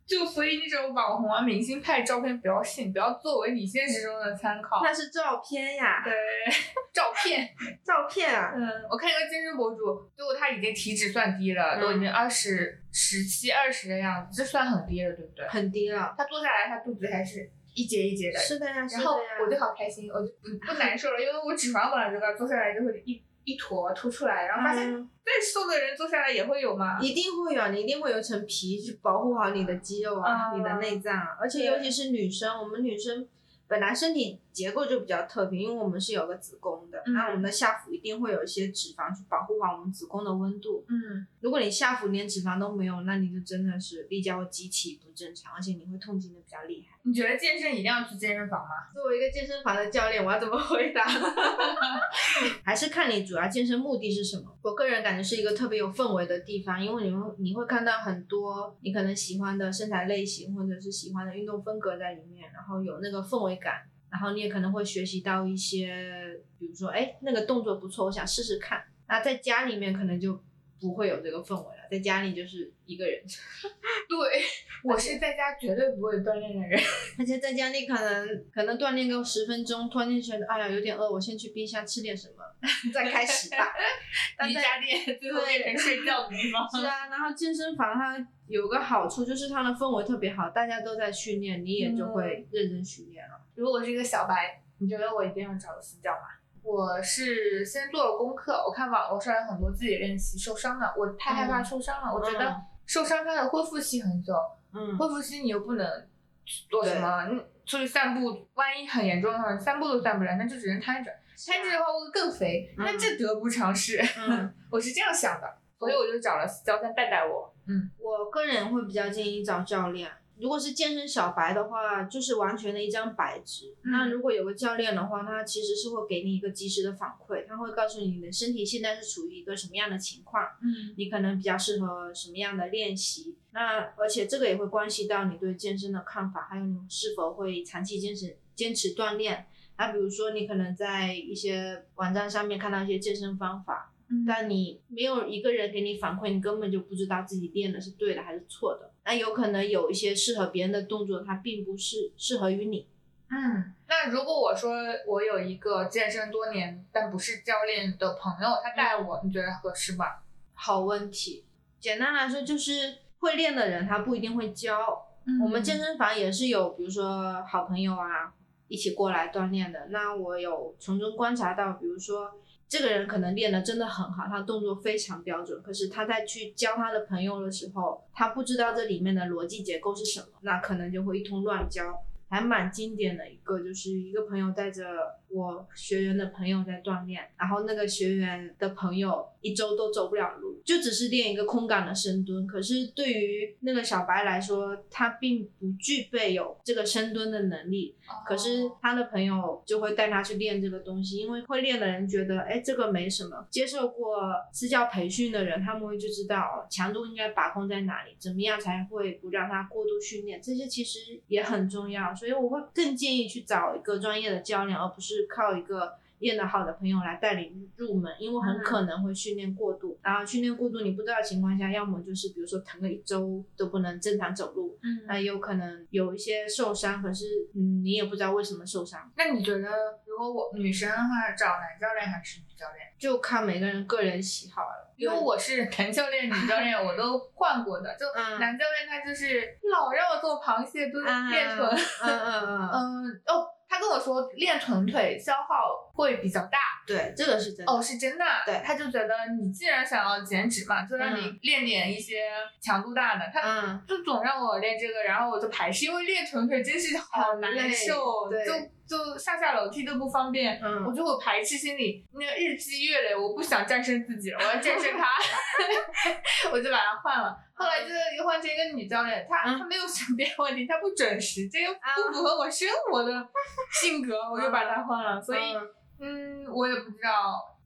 就所以那种网红啊、明星拍照片不要信，不要作为你现实中的参考。 那是照片呀。 对，照片， 照片啊。 嗯，我看一个健身博主，最后他已经体脂算低了，嗯、都已经二十、十七、二十的样子，这算很低了，对不对？ 很低了。 他坐下来，他肚子还是一节一节的。 是的呀， 然后我就好开心，我就不不难受了，因为我脂肪本来就高，坐下来就会一。一坨凸出来，然后发现再瘦的人坐下来也会有吗？ 一定会有，你一定会有一层皮去保护好你的肌肉啊，嗯、你的内脏啊，而且尤其是女生，我们女生本来身体结构就比较特别，因为我们是有个子宫的，嗯、那我们的下腹一定会有一些脂肪去保护好我们子宫的温度。嗯，如果你下腹连脂肪都没有，那你就真的是例假极其不正常，而且你会痛经的比较厉害。 你觉得健身一定要去健身房吗？ 作为一个健身房的教练，我要怎么回答？还是看你主要健身目的是什么。我个人感觉是一个特别有氛围的地方，因为你会你会看到很多你可能喜欢的身材类型或者是喜欢的运动风格在里面，然后有那个氛围感，然后你也可能会学习到一些，比如说哎那个动作不错，我想试试看。那在家里面可能就不会有这个氛围了，在家里就是一个人。 对，我是在家绝对不会锻炼的人， 而且在家你可能可能锻炼个十分钟，突然间觉得哎呀有点饿，我先去冰箱吃点什么，再开始吧。 瑜伽垫最后变成睡觉的地方。 是啊，然后健身房它有个好处就是它的氛围特别好，大家都在训练，你也就会认真训练了。 嗯、如果我是一个小白，你觉得我一定要找个私教吗？我是先做了功课，我看网络上有很多自己练习受伤的，我太害怕受伤了，嗯、我觉得受伤它的恢复期很久，嗯，恢复期你又不能做什么，你出去散步，万一很严重的话，散步都散不了，那就只能瘫着，瘫着的话我会更肥，嗯、那这得不偿失，嗯，我是这样想的，所以我就找了私教先带带我，嗯， 我个人会比较建议找教练。如果是健身小白的话，就是完全的一张白纸。嗯、那如果有个教练的话，他其实是会给你一个及时的反馈，他会告诉你你的身体现在是处于一个什么样的情况，嗯，你可能比较适合什么样的练习。那而且这个也会关系到你对健身的看法，还有你是否会长期坚持坚持锻炼。那比如说你可能在一些网站上面看到一些健身方法，嗯、但你没有一个人给你反馈，你根本就不知道自己练的是对的还是错的。那有可能有一些适合别人的动作，它并不是适合于你。 嗯，那如果我说我有一个健身多年但不是教练的朋友，他带我，嗯、你觉得合适吗？ 好问题。简单来说就是会练的人他不一定会教。嗯、我们健身房也是有比如说好朋友啊一起过来锻炼的，那我有从中观察到，比如说这个人可能练得真的很好，他动作非常标准，可是他在去教他的朋友的时候，他不知道这里面的逻辑结构是什么，那可能就会一通乱教。还蛮经典的一个，就是一个朋友带着我学员的朋友在锻炼，然后那个学员的朋友一周都走不了路，就只是练一个空杆的深蹲，可是对于那个小白来说，他并不具备有这个深蹲的能力，可是他的朋友就会带他去练这个东西，因为会练的人觉得哎这个没什么，接受过私教培训的人他们会就知道强度应该把控在哪里，怎么样才会不让他过度训练，这些其实也很重要，所以我会更建议去找一个专业的教练，而不是靠一个练得好的朋友来带领入门，因为很可能会训练过度，然后训练过度你不知道的情况下，要么就是比如说疼个一周都不能正常走路，嗯，那也有可能有一些受伤，可是嗯你也不知道为什么受伤。 那你觉得如果我女生的话找男教练还是女教练？ 就看每个人个人喜好了， 因为我是男教练女教练我都换过的，就男教练他就是老让我做螃蟹蹲、嗯、练臀，嗯嗯嗯嗯哦，他跟我说练臀腿消耗会比较大， 对，这个是真的。 哦，是真的。对，他就觉得你既然想要减脂嘛，就让你练点一些强度大的。嗯、他就总让我练这个，然后我就排斥，因为练臀腿真是好难受，就就上下楼梯都不方便。嗯，我就会排斥心理，那个日积月累，我不想战胜自己了，我要战胜他，我就把它换了。后来就又换成一个女教练，她她没有什么别的问题，她不准时，这个不符合我生活的性格，我就把她换了。所以，嗯，我也不知道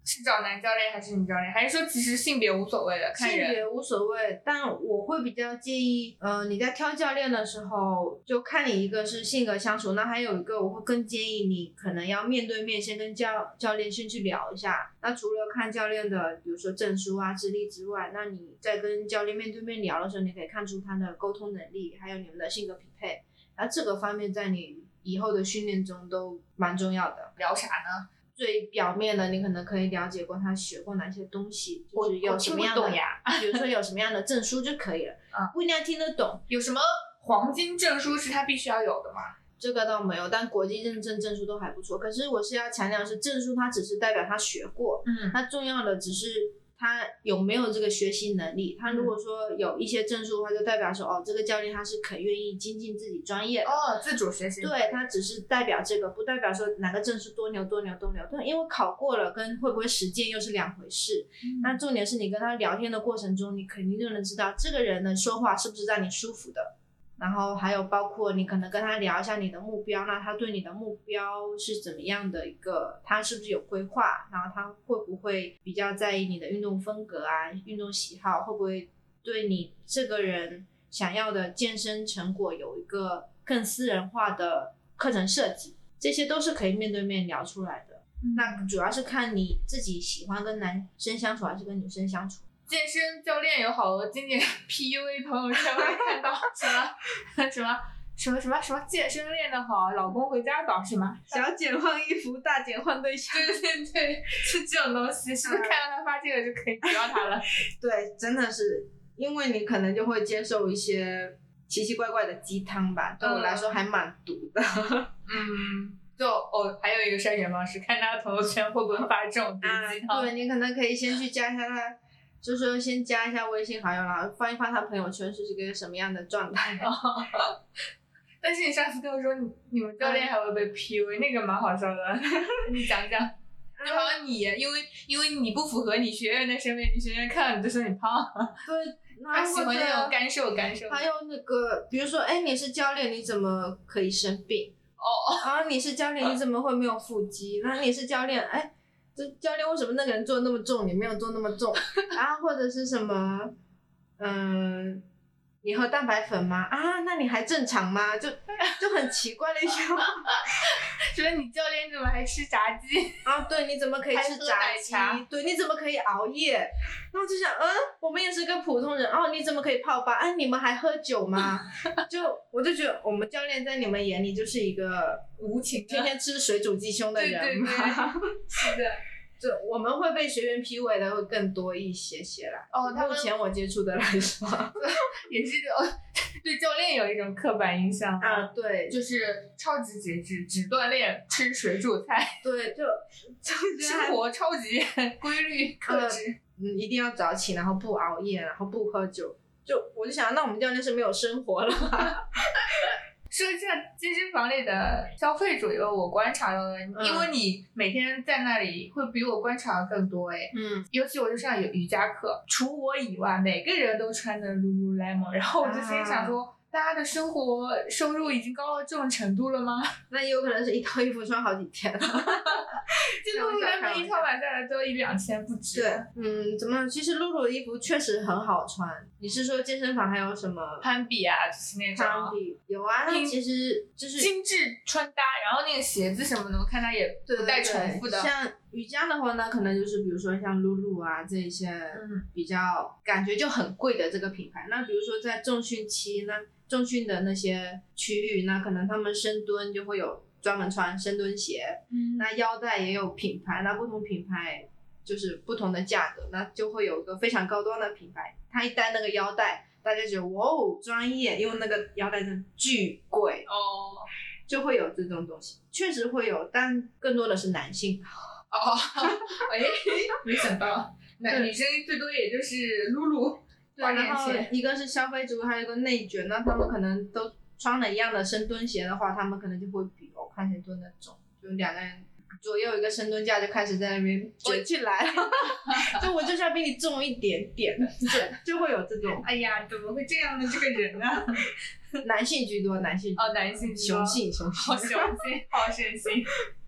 是找男教练还是女教练？还是说其实性别无所谓的，看人？ 性别无所谓，但我会比较建议，呃，你在挑教练的时候，就看你一个是性格相处，那还有一个我会更建议你可能要面对面先跟教教练先去聊一下。那除了看教练的，比如说证书啊、资历之外，那你在跟教练面对面聊的时候，你可以看出他的沟通能力，还有你们的性格匹配。那这个方面在你以后的训练中都蛮重要的。 聊啥呢？ 最表面的，你可能可以了解过他学过哪些东西，就是有什么样的， 我听不懂呀比如说有什么样的证书就可以了， 嗯， 不一定要听得懂。 有什么黄金证书是他必须要有的吗？ 这个倒没有，但国际认证证书都还不错。可是我是要强调的是，证书它只是代表他学过， 嗯， 它重要的只是他有没有这个学习能力。他如果说有一些证书的话，就代表说哦，这个教练他是肯愿意精进自己专业的， 哦，自主学习。 对，他只是代表这个，不代表说哪个证书多牛多牛多牛。对，因为考过了跟会不会实践又是两回事。嗯，那重点是你跟他聊天的过程中，你肯定就能知道这个人的说话是不是让你舒服的。然后还有包括你可能跟他聊一下你的目标，那他对你的目标是怎么样的一个，他是不是有规划，然后他会不会比较在意你的运动风格啊、运动喜好，会不会对你这个人想要的健身成果有一个更私人化的课程设计，这些都是可以面对面聊出来的。嗯，那主要是看你自己喜欢跟男生相处还是跟女生相处。 健身教练有好多经典 P U A 朋友圈会看到什么什么什么什么什么健身练得好，老公回家早是吗？ 小减换衣服，大减换对象。 对对对，是这种东西，是不是看到他发这个就可以不要他了？ 对，真的是，因为你可能就会接受一些奇奇怪怪的鸡汤吧，对我来说还蛮毒的。 嗯。就哦，还有一个筛选方式，看他的朋友圈会不会发这种毒鸡汤。 啊，对，你可能可以先去加一下他，就说先加一下微信好友，然后翻一翻他朋友圈是个什么样的状态。 但是你上次跟我说你你们教练还会被 P U A， 那个蛮好笑的，你讲讲。就好像你，因为因为你不符合你学院的审美，你学院看了你就说你胖。 对， 他喜欢那种干瘦干瘦。 还有那个，比如说，哎，你是教练，你怎么可以生病？ 哦， 啊，你是教练，你怎么会没有腹肌？那你是教练，哎，这教练为什么那个人做那么重，你没有做那么重？啊，或者是什么，嗯，你喝蛋白粉吗？啊，那你还正常吗？就就很奇怪的一些话。 觉得你教练怎么还吃炸鸡？ 啊，对，你怎么可以吃炸鸡？对，你怎么可以熬夜？然后就想，嗯，我们也是个普通人，哦，你怎么可以泡吧？哎，你们还喝酒吗？就我就觉得我们教练在你们眼里就是一个无情、 天天吃水煮鸡胸的人嘛。 对对对，是的。 就我们会被学员 P U A 的会更多一些些啦。 哦，他目前我接触的来说， 也是对教练有一种刻板印象啊，对， 就是超级节制，只锻炼，吃水煮菜， 对，就就生活超级规律克制， 嗯，一定要早起，然后不熬夜，然后不喝酒。就我就想，那我们教练是没有生活了吗？ 说一下健身房里的消费主流，我观察到的，嗯，因为你每天在那里会比我观察的更多哎， 嗯， 尤其我就上有瑜伽课，除我以外，每个人都穿的 Lululemon，然后我就心想说，啊，大家的生活收入已经高到这种程度了吗？ 那也有可能是一套衣服穿好几天了。 就 Lululemon 一套买下来都一两千不止。 对，嗯，怎么？其实 Lulu 的衣服确实很好穿。你是说健身房还有什么？ 攀比啊，就是那种。 攀比有啊，它其实就是精致穿搭，然后那个鞋子什么的，我看它也不带重复的。 对对对，像瑜伽的话呢，可能就是比如说像 Lulu 啊这一些比较感觉就很贵的这个品牌。嗯，那比如说在重训期，那重训的那些区域，那可能他们深蹲就会有专门穿深蹲鞋，嗯，那腰带也有品牌，那不同品牌就是不同的价格，那就会有一个非常高端的品牌，它一戴那个腰带，大家觉得哇哦专业，因为那个腰带真的巨贵哦， 就会有这种东西，确实会有，但更多的是男性。 哦，哎，没想到，男女生最多也就是露露。 对，然后一个是消费主义，还有一个内卷，那他们可能都穿了一样的深蹲鞋的话，他们可能就会比我看谁蹲得重，就两个人左右一个深蹲架就开始在那边卷起来，就我就是要比你重一点点，就就会有这种。 哎呀，怎么会这样的这个人呢？ 男性居多，男性居多哦，男性居多， 雄性雄性， 好雄性，好雄性。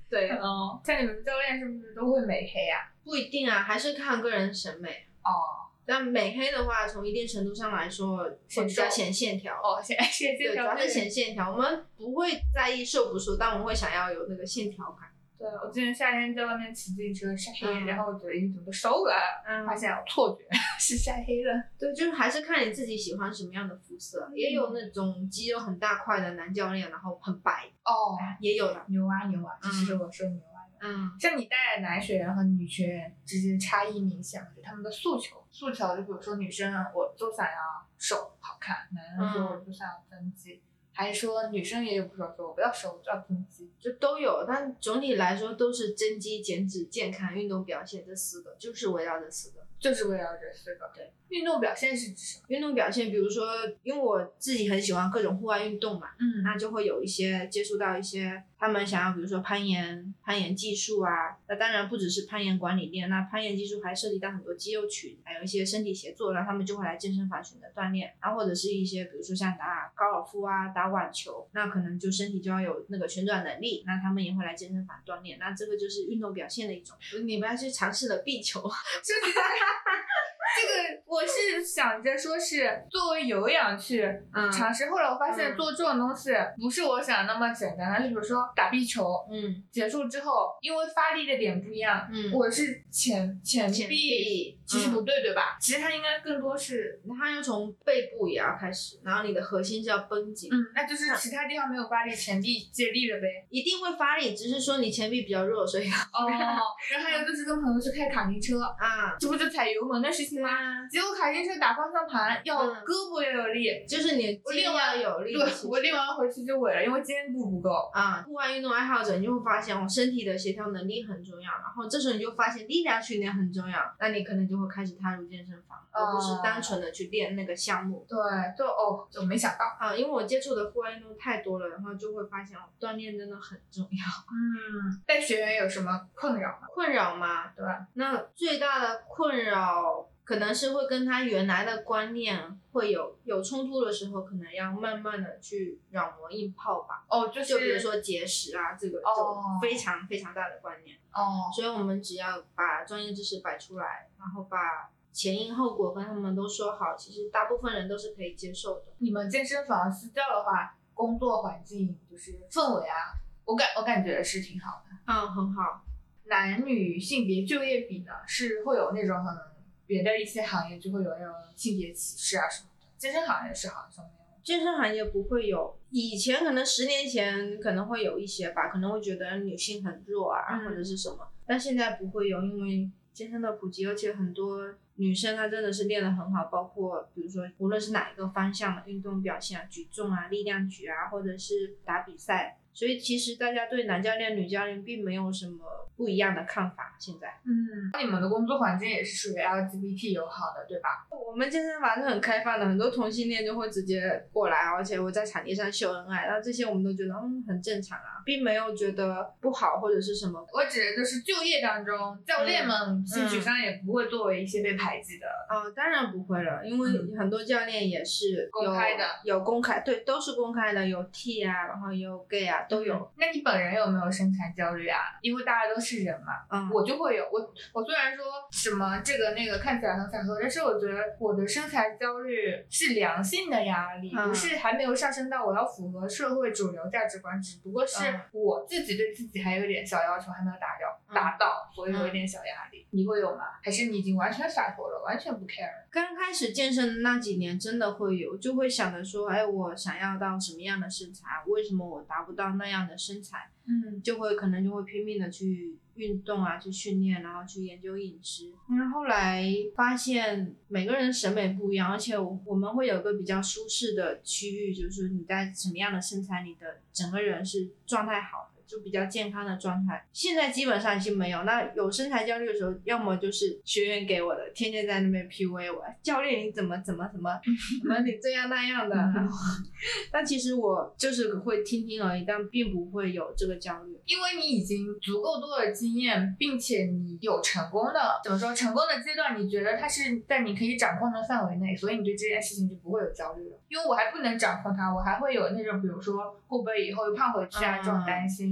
对， 嗯，像你们教练是不是都会美黑啊？ 不一定啊，还是看个人审美。 哦， 但美黑的话，从一定程度上来说，会比较显线条。 哦，显显线对，主条， 要是显线条。我们不会在意瘦不瘦，但我们会想要有那个线条感。 对，我之前夏天在外面骑自行车晒黑， 嗯、 然后我觉得怎么都瘦了， 嗯、 发现有错觉是晒黑了。 对，就是还是看你自己喜欢什么样的肤色，嗯、也有那种肌肉很大块的男教练，然后很白哦， 也有的。 牛啊牛啊，这是我说牛啊。 嗯， 像你带的男学员和女学员之间差异明显，就他们的诉求，诉求就比如说女生我就想要瘦好看，男人说我就想要增肌。嗯，还是说女生也有不少说我不要瘦，我就要增肌， 就都有，但总体来说都是增肌、减脂、健康、运动表现这四个，就是围绕这四个， 就是围绕这四个。 对， 运动表现是指什么？ 运动表现，比如说，因为我自己很喜欢各种户外运动嘛， 嗯， 那就会有一些接触到一些他们想要，比如说攀岩、攀岩技术啊，那当然不只是攀岩管理链，那攀岩技术还涉及到很多肌肉群，还有一些身体协作，然后他们就会来健身房选择锻炼，然后或者是一些比如说像打高尔夫啊、打网球，那可能就身体就要有那个旋转能力，那他们也会来健身房锻炼，那这个就是运动表现的一种。你们还去尝试了壁球， 这这个我是想着说是作为有氧去尝试，嗯、后来我发现做这种东西不是我想的那么简单，就比如说打壁球， 嗯， 结束之后因为发力的点不一样， 嗯， 我是前前臂， 臂其实不对，嗯、对吧？其实它应该更多是， 它要从背部也要开始，然后你的核心是要绷紧， 嗯，那就是其他地方没有发力，前臂借力了呗， 一定会发力，只是说你前臂比较弱，所以哦，然后还有就是跟朋友去开卡丁车啊， 这不就踩油门的事情吗？啊、结果卡丁车打方向盘要胳膊要有力， 嗯、就是你肩要有力。 对，我练完回去就萎了，因为肩部不够。 啊，户外运动爱好者你就会发现，我身体的协调能力很重要，然后这时候你就发现力量训练很重要，那你可能就会开始踏入健身房，哦、而不是单纯的去练那个项目。 对，就哦，就没想到啊，因为我接触的户外运动太多了，然后就会发现，哦，锻炼真的很重要。 嗯，带学员有什么困扰吗？ 困扰吗？ 对， 那最大的困扰可能是会跟他原来的观念会有有冲突的时候，可能要慢慢的去软磨硬泡吧。 哦，就是就比如说节食啊，这个就非常非常大的观念。 哦， 所以我们只要把专业知识摆出来，然后把前因后果跟他们都说好，其实大部分人都是可以接受的。 你们健身房私教的话，工作环境就是氛围啊，我感我感觉是挺好的。 嗯，很好。 男女性别就业比呢，是会有那种很别的一些行业就会有那种性别歧视啊什么的，健身行业是好像没有。 健身行业不会有，以前可能十年前可能会有一些吧，可能会觉得女性很弱啊，嗯、或者是什么，但现在不会有，因为健身的普及，而且很多女生她真的是练得很好，包括比如说无论是哪一个方向的运动表现啊，举重啊、力量举啊，或者是打比赛，所以其实大家对男教练、女教练并没有什么不一样的看法。现在， 嗯，你们的工作环境也是属于 L G B T 友好的，对吧？ 我们健身房是很开放的，很多同性恋就会直接过来，而且我在场地上秀恩爱，那这些我们都觉得嗯很正常啊，并没有觉得不好或者是什么。 我指的就是就业当中，教练们性取向也不会作为一些被排挤的。 嗯，嗯当然不会了，因为很多教练也是公开的， 有公开，对，都是公开的，有 T 啊，然后也有 gay 啊，都有。 嗯、那你本人有没有身材焦虑啊？因为大家都是人嘛， 嗯， 我就会有。我我虽然说什么这个那个看起来很反合，但是我觉得我的身材焦虑是良性的压力， 嗯、 不是还没有上升到我要符合社会主流价值观，只不过是我自己对自己还有一点小要求还没有达到， 嗯、 达到，所以有一点小压力。嗯、你会有吗？还是你已经完全洒脱了，完全不 care？ 刚开始健身那几年真的会有，就会想着说，哎，我想要到什么样的身材？为什么我达不到那样的身材？ 嗯， 就会可能就会拼命的去运动啊，去训练，然后去研究饮食。嗯，后来发现每个人审美不一样，而且我们会有个比较舒适的区域，就是你在什么样的身材，你的整个人是状态好的，就比较健康的状态。现在基本上已经没有，那有身材焦虑的时候，要么就是学员给我的，天天在那边 P U A 我，教练你怎么怎么怎么怎么你这样那样的。但其实我就是会听听而已，但并不会有这个焦虑， 因为你已经足够多的经验，并且你有成功的，怎么说，成功的阶段，你觉得它是在你可以掌控的范围内，所以你对这件事情就不会有焦虑了。因为我还不能掌控它，我还会有那种比如说会不会以后又胖回去啊、嗯、这种担心。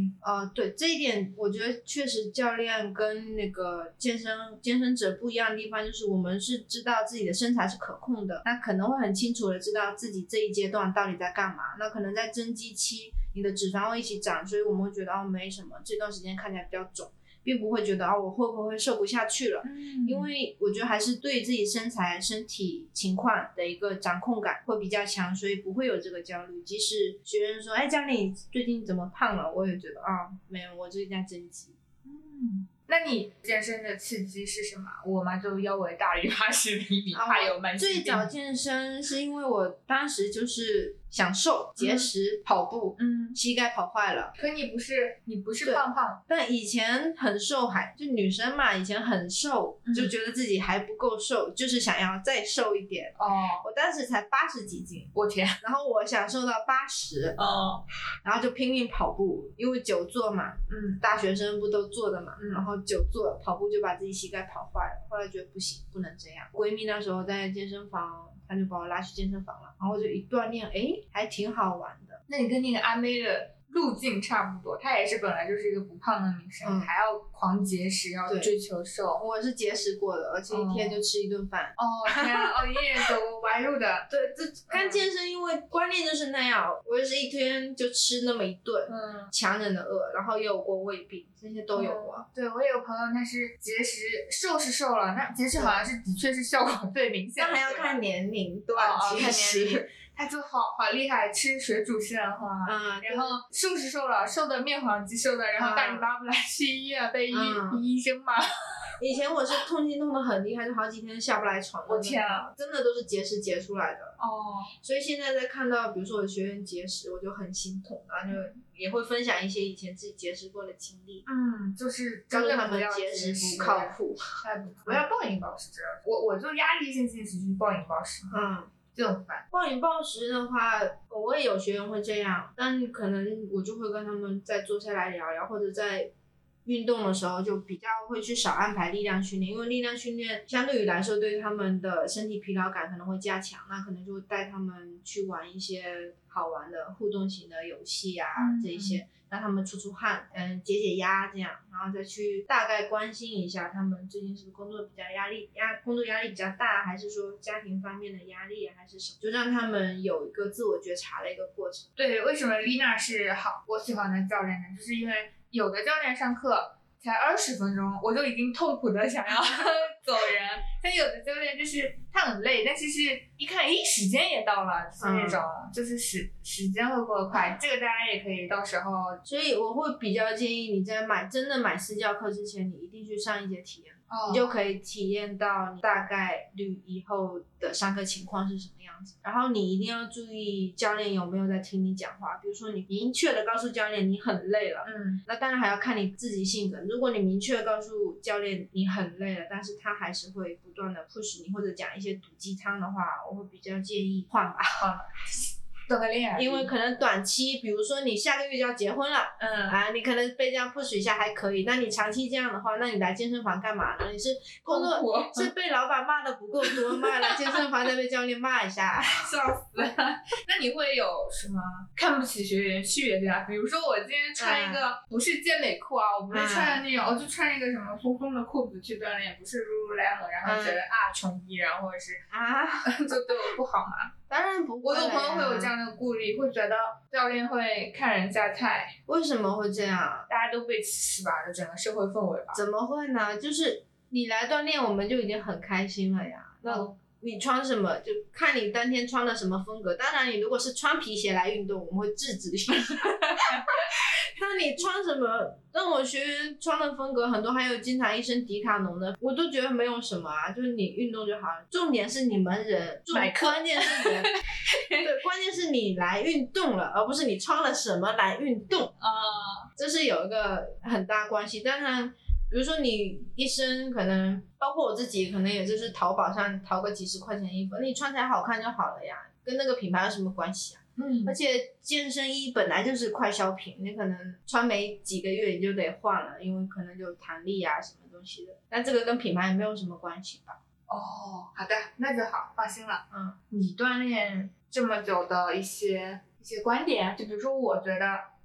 心。 呃，对这一点，我觉得确实教练跟那个健身健身者不一样的地方，就是我们是知道自己的身材是可控的，那可能会很清楚的知道自己这一阶段到底在干嘛。那可能在增肌期，你的脂肪会一起长，所以我们会觉得哦没什么，这段时间看起来比较肿，并不会觉得哦我会不会瘦不下去了。 嗯， 因为我觉得还是对自己身材身体情况的一个掌控感会比较强，所以不会有这个焦虑。即使学员说哎教练你最近怎么胖了，我也觉得啊、哦、没有，我最近在增肌。 嗯，那你健身的契机是什么？我嘛就腰围大于八十厘米， 啊怕有慢性病。 最早健身是因为我当时就是想瘦、节食、跑步， 嗯， 膝盖跑坏了。 可你不是你不是胖胖， 但以前很瘦还就女生嘛，以前很瘦， 嗯就觉得自己还不够瘦，就是想要再瘦一点。 哦， 我当时才八十几斤， 我天， 然后我想瘦到八十， 哦， 然后就拼命跑步，因为久坐嘛， 嗯大学生不都坐的嘛， 嗯然后久坐跑步就把自己膝盖跑坏了。后来觉得不行，不能这样。闺蜜那时候在健身房，她就把我拉去健身房了，然后就一锻炼，哎，还挺好玩的。 那你跟那个阿妹的路径差不多，她也是本来就是一个不胖的女生， 嗯还要狂节食，要对追求瘦。 我是节食过的，而且一天就吃一顿饭。 哦天啊，哦夜走歪路的， 对，这刚健身，因为观念就是那样，我也是一天就吃那么一顿， 嗯， 强忍的饿，然后也有过胃病，这些都有过。 嗯对我也有朋友，他是节食，瘦是瘦了，那节食好像是的确是效果最明显的。 那还要看年龄哦段， 哦，看年其实龄，他就好好厉害，吃水煮西兰花。 嗯， 然后瘦是瘦了，瘦的面黄肌瘦的，然后大姨妈不来去医院被医、 嗯医生骂。 以前我是痛经痛得很厉害，就好几天下不来床。 我天啊， 真的都是节食节出来的。 哦， 所以现在在看到，比如说我的学员节食，我就很心痛，然后就也会分享一些以前自己节食过的经历， 嗯，就是告诉他真的不要们节节食不靠谱。 太不不要暴饮暴食，主要是我我就压力性进食就是暴饮暴食， 嗯。 就很烦。 暴饮暴食的话，我也有学员会这样，但可能我就会跟他们再坐下来聊聊，或者在运动的时候就比较会去少安排力量训练，因为力量训练相对于来说对他们的身体疲劳感可能会加强，那可能就会带他们去玩一些好玩的互动型的游戏啊， 嗯这一些让他们出出汗，嗯，解解压这样，然后再去大概关心一下他们最近是不是工作比较压力压工作压力比较大，还是说家庭方面的压力啊，还是什么，就让他们有一个自我觉察的一个过程。 对，为什么丽娜是好我喜欢的教练呢？就是因为有的教练上课才二十分钟，我就已经痛苦的想要走人。像有的教练就是他很累，但是是一看，咦，时间也到了，是那种、嗯、就是时时间会过得快。这个大家也可以到时候。 所以我会比较建议你在买真的买私教课之前，你一定去上一节体验。 哦、 你就可以体验到你大概率以后的上课情况是什么样子，然后你一定要注意教练有没有在听你讲话。比如说你明确的告诉教练你很累了， 嗯， 那当然还要看你自己性格。如果你明确的告诉教练你很累了，但是他还是会不断的 push 你或者讲一些毒鸡汤的话，我会比较建议换吧， 换吧。锻个炼， 因为可能短期，比如说你下个月就要结婚了， 嗯啊，你可能被这样 push 一下还可以，那你长期这样的话，那你来健身房干嘛呢？你是工作是被老板骂的不够多，骂来健身房再被教练骂一下， 笑死了。那你会有什么看不起学员去的这样？比如说我今天穿一个不是健美裤啊，我不是穿那种，我、嗯、就穿一个什么松松的裤子去锻炼，不是 Lululemon， 然后觉得、嗯、啊穷逼，然后或者是啊就对我不好嘛。 当然不会， 我有朋友会有这样的顾虑，会觉得教练会看人下菜。 为什么会这样？ 大家都被歧视吧，就整个社会氛围吧。 怎么会呢？就是你来锻炼，我们就已经很开心了呀。那、嗯、你穿什么，就看你当天穿的什么风格。当然，你如果是穿皮鞋来运动，我们会制止你。那你穿什么？让我学员穿的风格很多，还有经常一身迪卡侬的，我都觉得没有什么啊，就是你运动就好了。重点是你们人， 买关键是人，对，关键是你来运动了，而不是你穿了什么来运动啊， 这是有一个很大关系。当然，比如说你一身可能，包括我自己，可能也就是淘宝上淘个几十块钱衣服，你穿起来好看就好了呀，跟那个品牌有什么关系啊？ 嗯， 而且健身衣本来就是快消品，你可能穿没几个月你就得换了，因为可能就有弹力啊什么东西的，但这个跟品牌也没有什么关系吧。 哦，好的，那就好，放心了。 嗯， 你锻炼这么久的一些一些观点，就比如说我觉得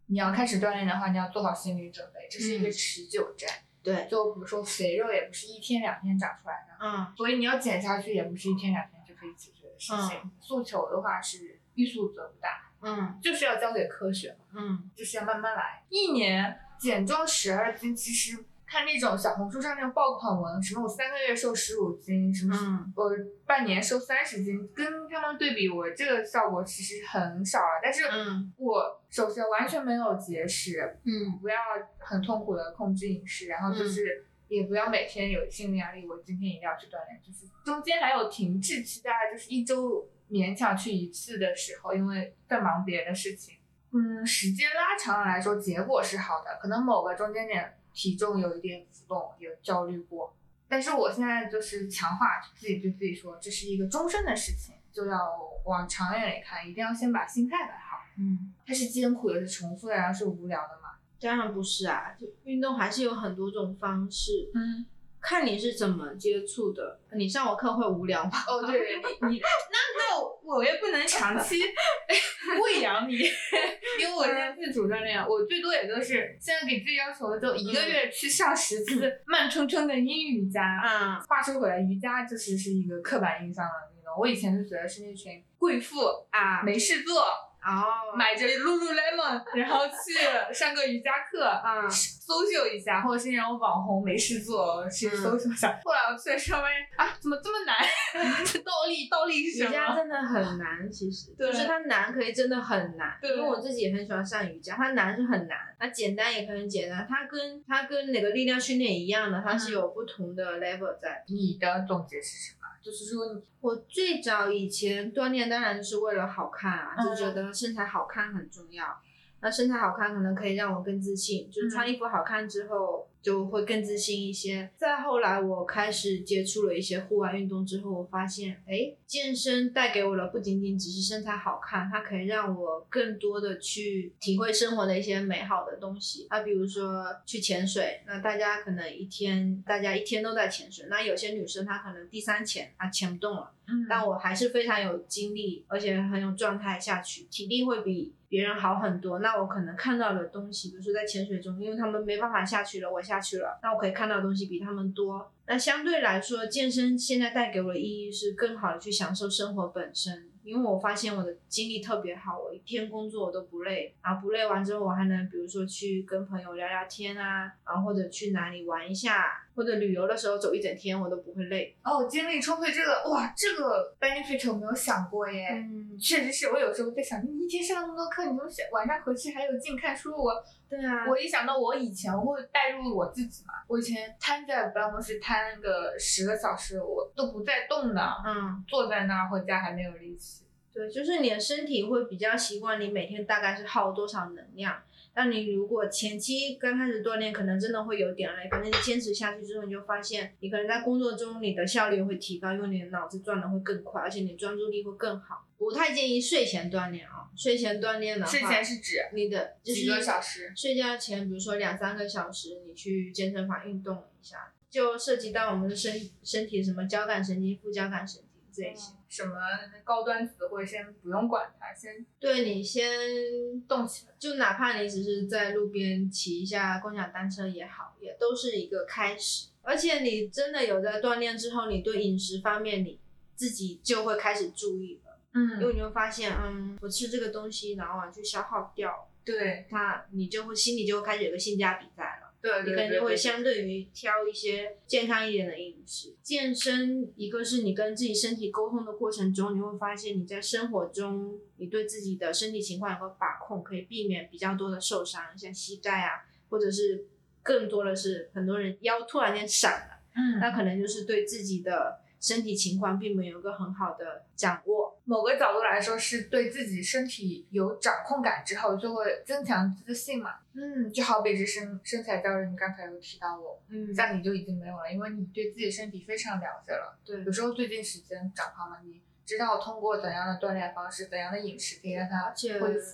你要开始锻炼的话，你要做好心理准备，这是一个持久战。 嗯、对， 就比如说肥肉也不是一天两天长出来的， 嗯， 所以你要减下去也不是一天两天就可以解决的事情。嗯、诉求的话是欲速则不达， 嗯， 就是要交给科学嘛， 嗯， 就是要慢慢来。一年减重十二斤，其实看那种小红书上那种爆款文，什么我三个月瘦十五斤，什么我、嗯、半年瘦三十斤，跟他们对比，我这个效果其实很少了。但是我首先完全没有节食， 嗯， 不要很痛苦的控制饮食，然后就是也不要每天有心理压力，我今天一定要去锻炼，就是中间还有停滞期，大概就是一周勉强去一次的时候，因为在忙别的事情。嗯，时间拉长了来说，结果是好的，可能某个中间点体重有一点浮动，有焦虑过，但是我现在就是强化自己，对自己说，这是一个终身的事情，就要往长远里看，一定要先把心态摆好。 嗯，它是艰苦的，是重复的，然后是无聊的嘛？ 当然不是啊，就运动还是有很多种方式。 嗯， 看你是怎么接触的。你上我课会无聊吗？ 哦，对，你你那那我也不能长期喂养你，因为我现在自主锻炼，我最多也就是现在给自己要求的，就一个月去上十次慢吞吞的阴瑜伽。 嗯， 话说回来，瑜伽就是是一个刻板印象的运动，我以前就觉得是那群贵妇啊， 没事做。 哦， 买着 Lululemon， 然后去上个瑜伽课， 啊、嗯， 搜秀一下，或者是那种网红没事做去搜秀一下。嗯、后来我去的时候发现啊，怎么这么难？倒立，倒立是什么？ 瑜伽真的很难，其实就是它难可以真的很难。 对， 因为我自己也很喜欢上瑜伽，它难是很难，它简单也可以很简单。它跟它跟那个力量训练一样的，它是有不同的 level 在。 嗯、你的总结是什么？就是说你， 我最早以前锻炼当然就是为了好看啊，嗯、就觉得身材好看很重要。那身材好看可能可以让我更自信，就是穿衣服好看之后就会更自信一些。嗯、再后来我开始接触了一些户外运动之后，我发现，哎，健身带给我的不仅仅只是身材好看，它可以让我更多的去体会生活的一些美好的东西。啊，比如说去潜水，那大家可能一天，大家一天都在潜水，那有些女生她可能第三潜她潜不动了， 嗯， 但我还是非常有精力，而且很有状态下去，体力会比别人好很多。那我可能看到的东西，比如说在潜水中，因为他们没办法下去了，我下去了，那我可以看到的东西比他们多。那相对来说，健身现在带给我的意义是更好的去享受生活本身，因为我发现我的精力特别好，我一天工作我都不累，然后不累完之后我还能比如说去跟朋友聊聊天啊，然后或者去哪里玩一下，或者旅游的时候走一整天我都不会累。 哦，精力充沛，这个哇，这个 benefit 我没有想过耶。 嗯， 确实是我有时候在想，你一天上那么多课，你怎么晚上回去还有劲看书？我对啊， 我一想到我以前，我会带入我自己嘛，我以前瘫在办公室瘫个十个小时，我都不在动的， 嗯， 坐在那儿回家还没有力气。 对，就是你的身体会比较习惯你每天大概是耗多少能量。但你如果前期刚开始锻炼，可能真的会有点累，可能你坚持下去之后，你就发现你可能在工作中你的效率会提高，因为你的脑子转的会更快，而且你专注力会更好。不太建议睡前锻炼啊，睡前锻炼的话， 睡前是指你的、就是、 几个小时？ 睡觉前，比如说两三个小时，你去健身房运动一下，就涉及到我们的身身体什么交感神经、副交感神经这些。 嗯，什么高端词汇先不用管它，先对你先动起来， 就哪怕你只是在路边骑一下共享单车也好，也都是一个开始。而且你真的有在锻炼之后，你对饮食方面你自己就会开始注意了， 嗯， 因为你会发现，嗯，我吃这个东西，然后去消耗掉， 对它，你就会心里就会开始有个性价比在了。 对对对对， 你可能就会相对于挑一些健康一点的饮食。健身一个是你跟自己身体沟通的过程中，你会发现你在生活中你对自己的身体情况有个把控，可以避免比较多的受伤，像膝盖啊，或者是更多的是很多人腰突然间闪了， 嗯， 那可能就是对自己的身体情况并没有一个很好的掌握。 某个角度来说是对自己身体有掌控感之后就会增强自信嘛。嗯，就好比是身身材教练，你刚才有提到我，嗯，像你就已经没有了，因为你对自己身体非常了解了。 对， 有时候最近时间长胖了，你知道通过怎样的锻炼方式、怎样的饮食可以让它恢复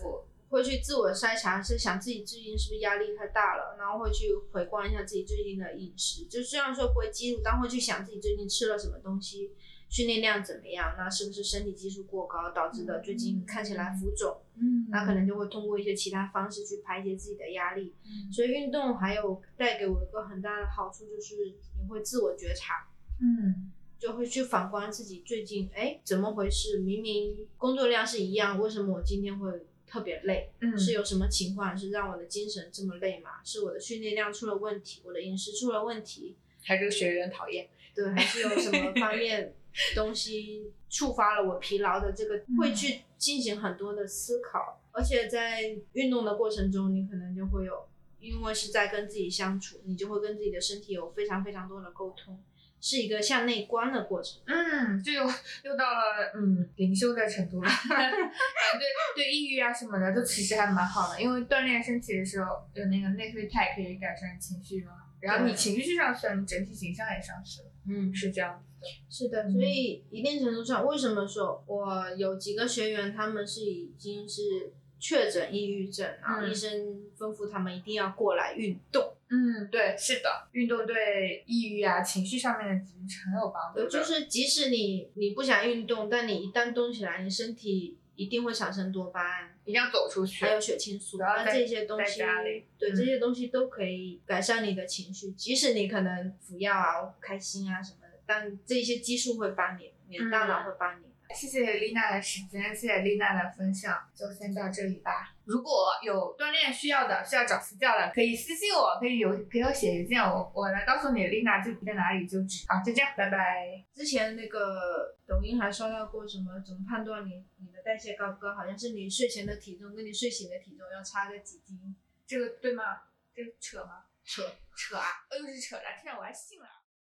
会去自我筛查，是想自己最近是不是压力太大了，然后会去回观一下自己最近的饮食，就虽然说不会记录，但会去想自己最近吃了什么东西，训练量怎么样，那是不是身体激素过高导致的最近看起来浮肿， 嗯， 那可能就会通过一些其他方式去排解自己的压力。 嗯， 所以运动还有带给我一个很大的好处，就是你会自我觉察， 嗯， 就会去反观自己最近，哎，怎么回事？明明工作量是一样，为什么我今天会特别累？ 嗯， 是有什么情况是让我的精神这么累吗？是我的训练量出了问题，我的饮食出了问题， 还是学员讨厌？ 对，还是有什么方面东西触发了我疲劳的这个，会去进行很多的思考，而且在运动的过程中，你可能就会有，因为是在跟自己相处，你就会跟自己的身体有非常非常多的沟通，是一个向内观的过程。 嗯，就又又到了嗯灵修的程度了。反正对对抑郁啊什么的都其实还蛮好的，因为锻炼身体的时候有那个内啡肽可以改善情绪嘛，然后你情绪上去了，你整体形象也上去了。 嗯， 是这样子的。 是的，所以一定程度上，为什么说我有几个学员他们是已经是确诊抑郁症，然后医生吩咐他们一定要过来运动。 嗯，对，是的，运动对抑郁啊、情绪上面的疾病是很有帮助的。 就是即使你你不想运动，但你一旦动起来，你身体一定会产生多巴胺， 一定要走出去， 还有血清素，那这些东西，对、嗯、这些东西都可以改善你的情绪。即使你可能服药啊、不开心啊什么的，但这些激素会帮你，你的大脑会帮你。 嗯、谢谢丽娜的时间，谢谢丽娜的分享，就先到这里吧。如果有锻炼需要的，需要找私教的，可以私信我，可以有给我写邮件，我我来告诉你丽娜具体在哪里就址。好，就这样，拜拜。 之前那个抖音还刷到过什么，怎么判断你你的代谢高不高？好像是你睡前的体重跟你睡醒的体重要差个几斤， 这个对吗？这个扯吗？ 扯扯啊！又是扯了，天啊，我还信了。